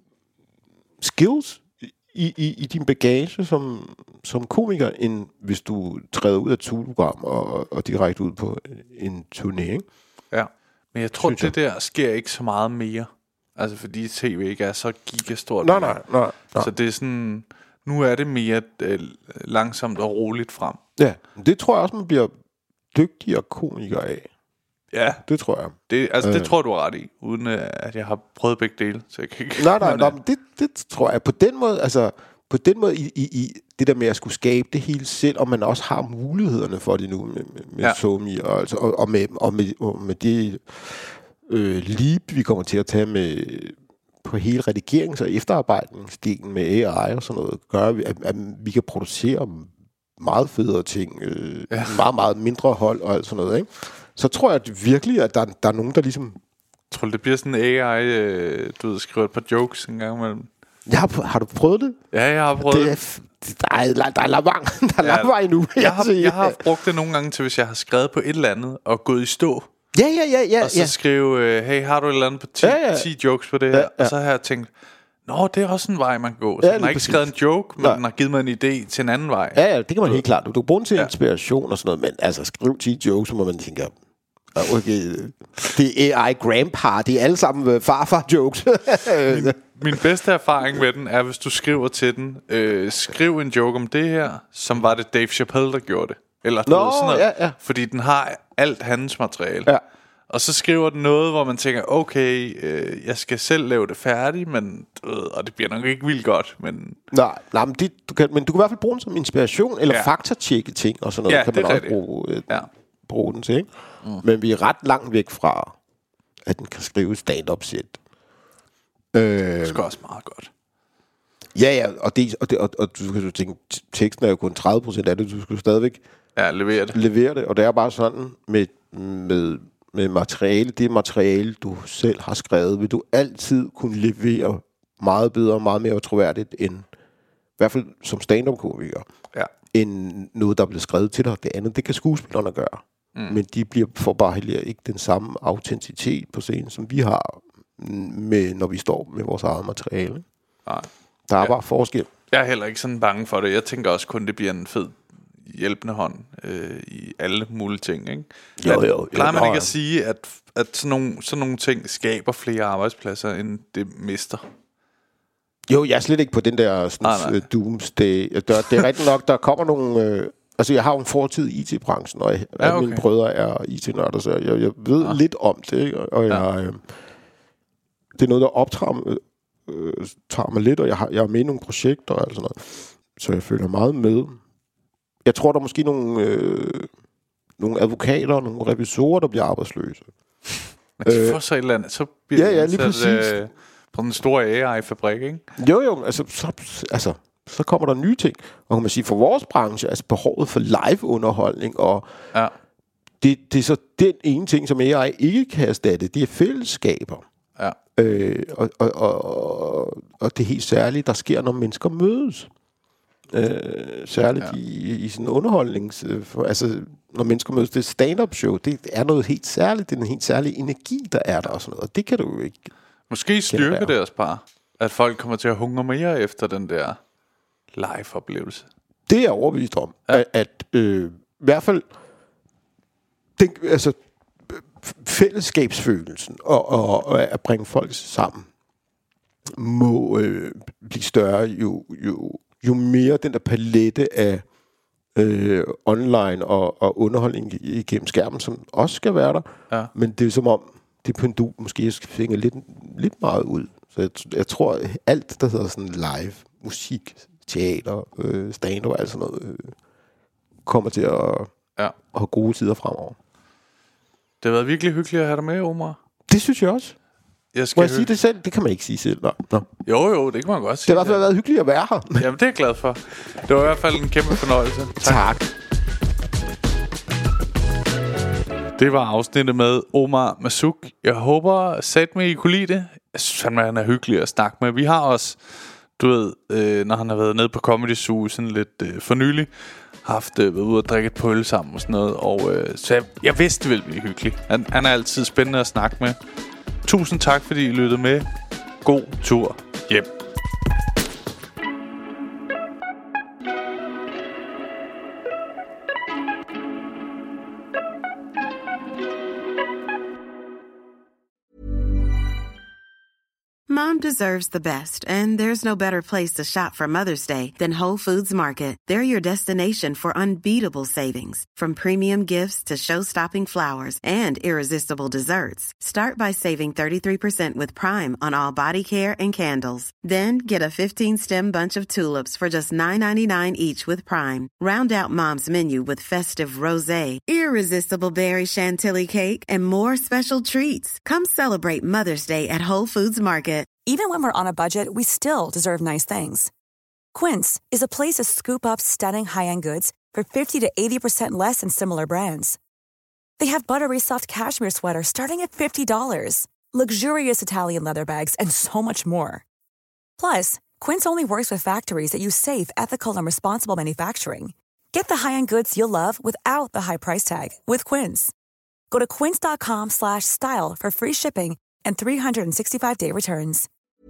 skills i, i, i din bagage som, som komiker, end hvis du træder ud af et Zulu-program og, og direkte ud på en turné, ikke? Ja, men jeg tror, Synes det jeg. der sker ikke så meget mere. Altså, fordi tv ikke er så gigastort. Nej, nej, nej, nej. Så det er sådan... Nu er det mere øh, langsomt og roligt frem. Ja, det tror jeg også, man bliver dygtigere komiker af. Ja. Det tror jeg. Det, altså, øh. det tror du er ret i, uden at jeg har prøvet begge dele. Så jeg kan ikke... Nej, nej, nej, men det, det tror jeg. På den måde, altså, på den måde i, i, i det der med at skulle skabe det hele selv, og man også har mulighederne for det nu med, med, med ja. Somi, og, altså, og, og, med, og, med, og med det øh, leap, vi kommer til at tage med... på hele redigerings- og efterarbejdningsdelen med A I og sådan noget, gør, at, at vi kan producere meget federe ting, øh, ja. meget, meget mindre hold og alt sådan noget, ikke? Så tror jeg at virkelig, at der, der er nogen, der ligesom... Tror du, det bliver sådan en A I, øh, du ved, skriver et par jokes en gang imellem? Jeg har, har du prøvet det? Ja, jeg har prøvet det. Er, det der er, der er lang vej, der er lang vej endnu. Jeg har, jeg har brugt det nogle gange til, hvis jeg har skrevet på et eller andet og gået i stå. Ja, ja, ja, ja. Og så ja. skrive, hey, har du et eller andet på ti, ja, ja. ti jokes på det her? Ja, ja. Og så har jeg tænkt, nå, det er også en vej, man kan gå. Så ja, den har ikke præcis. skrevet en joke, men Nej. den har givet mig en idé til en anden vej. Ja, ja, det kan man helt klart. Du kan bruge den til ja. inspiration og sådan noget, men altså, skriv ti jokes, så må man tænke, okay, det er A I grandpa, det er alle sammen farfar-jokes. min, min bedste erfaring med den er, hvis du skriver til den, øh, skriv en joke om det her, som var det Dave Chappelle, der gjorde det. Eller Nå, noget, sådan noget. Ja, ja. Fordi den har alt hans materiale. Ja. Og så skriver den noget, hvor man tænker, okay, øh, jeg skal selv lave det færdigt, men øh, og det bliver nok ikke vildt godt. Men nej, nej men, det, du kan, men du kan i hvert fald bruge den som inspiration, eller ja. faktatjekke ting og sådan noget. Ja, kan man også rigtigt. bruge, øh, ja. bruge den til, ikke? Mm. Men vi er ret langt væk fra, at den kan skrive stand-up set. Øh, det skal også meget godt. Ja, ja, og, det, og, det, og, og du kan jo tænke, teksten er jo kun tredive procent af det, du skal stadigvæk ja, levere det. levere det, og det er bare sådan med, med, med materiale, det materiale, du selv har skrevet, vil du altid kunne levere meget bedre og meget mere troværdigt end, i hvert fald som stand-up-komiker, ja. end noget, der bliver skrevet til dig. Det andet, det kan skuespillerne gøre. Mm. Men de bliver, får bare heller ikke den samme autenticitet på scenen, som vi har, med, når vi står med vores eget materiale. Nej. Der er ja. bare forskel. Jeg er heller ikke sådan bange for det. Jeg tænker også kun, det bliver en fed hjælpende hånd øh, i alle mulige ting, ikke? Jo, jo, jo. Plejer man jo, ikke jo. at sige, at, at sådan, nogle, sådan nogle ting skaber flere arbejdspladser, end det mister? Jo, jeg er slet ikke på den der sådan, ah, uh, doomsday. Der, det er rigtigt nok, der kommer nogle... Øh, altså, jeg har jo en fortid i I T-branchen, og ja, okay. mine brødre er I T-nørder, så jeg, jeg ved ja. lidt om det, ikke? Og jeg, ja. øh, det er noget, der optager øh, tager mig lidt, og jeg, har, jeg er med i nogle projekter og sådan noget. Så jeg føler meget med. Jeg tror, der er måske nogle, øh, nogle advokater og nogle revisorer, der bliver arbejdsløse. Men de får så et eller andet, så bliver ja, ja, lige præcis. Øh, på den store A I-fabrik, ikke? Jo, jo, altså så, altså, så kommer der nye ting. Og kan man sige, for vores branche, altså behovet for live-underholdning, og ja. det, det er så den ene ting, som A I ikke kan erstatte, det er fællesskaber. Ja. Øh, og, og, og, og det er helt særligt, der sker, når mennesker mødes. Øh, særligt ja. i, i sådan underholdnings... Øh, for, altså, når mennesker mødes, det stand-up show, det er noget helt særligt, det er en helt særlig energi, der er der og sådan noget, og det kan du jo ikke... Måske styrker det også bare, at folk kommer til at hungre mere efter den der live-oplevelse. Det er jeg overbevist om, ja. at, at øh, i hvert fald den, altså, fællesskabsfølelsen og, og, og at bringe folk sammen må øh, blive større, jo, jo, jo mere den der palette af øh, online og, og underholdning igennem skærmen, som også skal være der, ja. Men det er som om det pendul måske skal fænge lidt, lidt meget ud. Så jeg, jeg tror, alt, der hedder sådan live, musik, teater, øh, stand-up, alt sådan noget, øh, kommer til at, ja. at have gode tider fremover. Det har været virkelig hyggeligt at have dig med, Omar. Det synes jeg også. Jeg skal Må jeg sige det selv? Det kan man ikke sige selv. Nå. Nå. Jo, jo, det kan man godt sige. Det har i hvert fald været hyggeligt at være her. Jamen, det er jeg glad for. Det var i hvert fald en kæmpe fornøjelse. Tak. tak. Det var afsnittet med Omar Marzouk. Jeg håber, sat mig I kunne lide det. Jeg synes, han er hyggelig at snakke med. Vi har også, du ved, øh, når han har været nede på Comedy Zoo sådan lidt øh, for nylig, haft øh, været ude og drikke et på øl sammen og sådan noget. Og, øh, så jeg, jeg vidste, det ville blive hyggeligt. Han, han er altid spændende at snakke med. Tusind tak, fordi I lyttede med. God tur hjem. Mom deserves the best, and there's no better place to shop for Mother's Day than Whole Foods Market. They're your destination for unbeatable savings, from premium gifts to show-stopping flowers and irresistible desserts. Start by saving thirty-three percent with Prime on all body care and candles. Then get a fifteen-stem bunch of tulips for just nine ninety-nine each with Prime. Round out Mom's menu with festive rosé, irresistible berry chantilly cake, and more special treats. Come celebrate Mother's Day at Whole Foods Market. Even when we're on a budget, we still deserve nice things. Quince is a place to scoop up stunning high-end goods for fifty to eighty percent less than similar brands. They have buttery soft cashmere sweaters starting at fifty dollars, luxurious Italian leather bags, and so much more. Plus, Quince only works with factories that use safe, ethical, and responsible manufacturing. Get the high-end goods you'll love without the high price tag with Quince. Go to quince.com slash style for free shipping and three sixty-five day returns.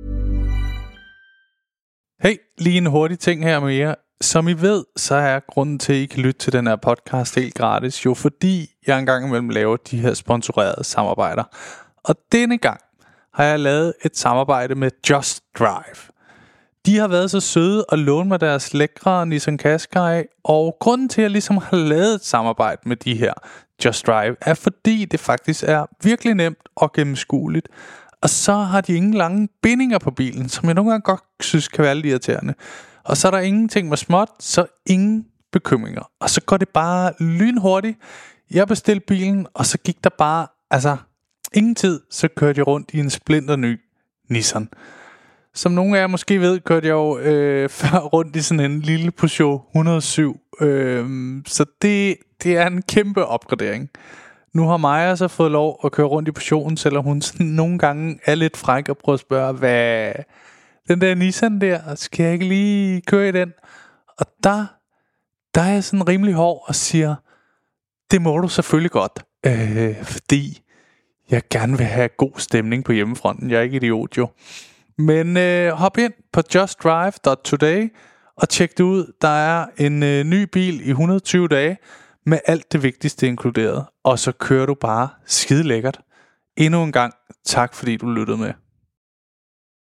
Hey, lige en hurtig ting her med jer. Som I ved, så er grunden til, at I kan lytte til den her podcast helt gratis, jo fordi jeg engang imellem laver de her sponsorerede samarbejder. Og denne gang har jeg lavet et samarbejde med Just Drive. De har været så søde at låne mig deres lækre Nissan Qashqai, og grunden til, at jeg ligesom har lavet et samarbejde med de her Just Drive, er fordi det faktisk er virkelig nemt og gennemskueligt. Og så har de ingen lange bindinger på bilen, som jeg nogle gange godt synes kan være lidt irriterende. Og så er der ingenting med småt, så ingen bekymringer. Og så går det bare lynhurtigt. Jeg bestilte bilen, og så gik der bare, altså ingen tid, så kørte jeg rundt i en splinter ny Nissan. Som nogle af jer måske ved, kørte jeg jo øh, før rundt i sådan en lille Peugeot et hundrede og syv. Øh, så det, det er en kæmpe opgradering. Nu har Maja så fået lov at køre rundt i Peugeoten, selvom hun sådan nogle gange er lidt fræk og prøver at spørge, hvad, den der Nissan der, skal jeg ikke lige køre i den? Og der, der er jeg sådan rimelig hård og siger, det må du selvfølgelig godt, øh, fordi jeg gerne vil have god stemning på hjemmefronten. Jeg er ikke idiot jo. Men øh, hop ind på just drive dot today og tjek det ud. Der er en øh, ny bil i et hundrede og tyve dage med alt det vigtigste inkluderet. Og så kører du bare skide lækkert. Endnu en gang, tak fordi du lyttede med.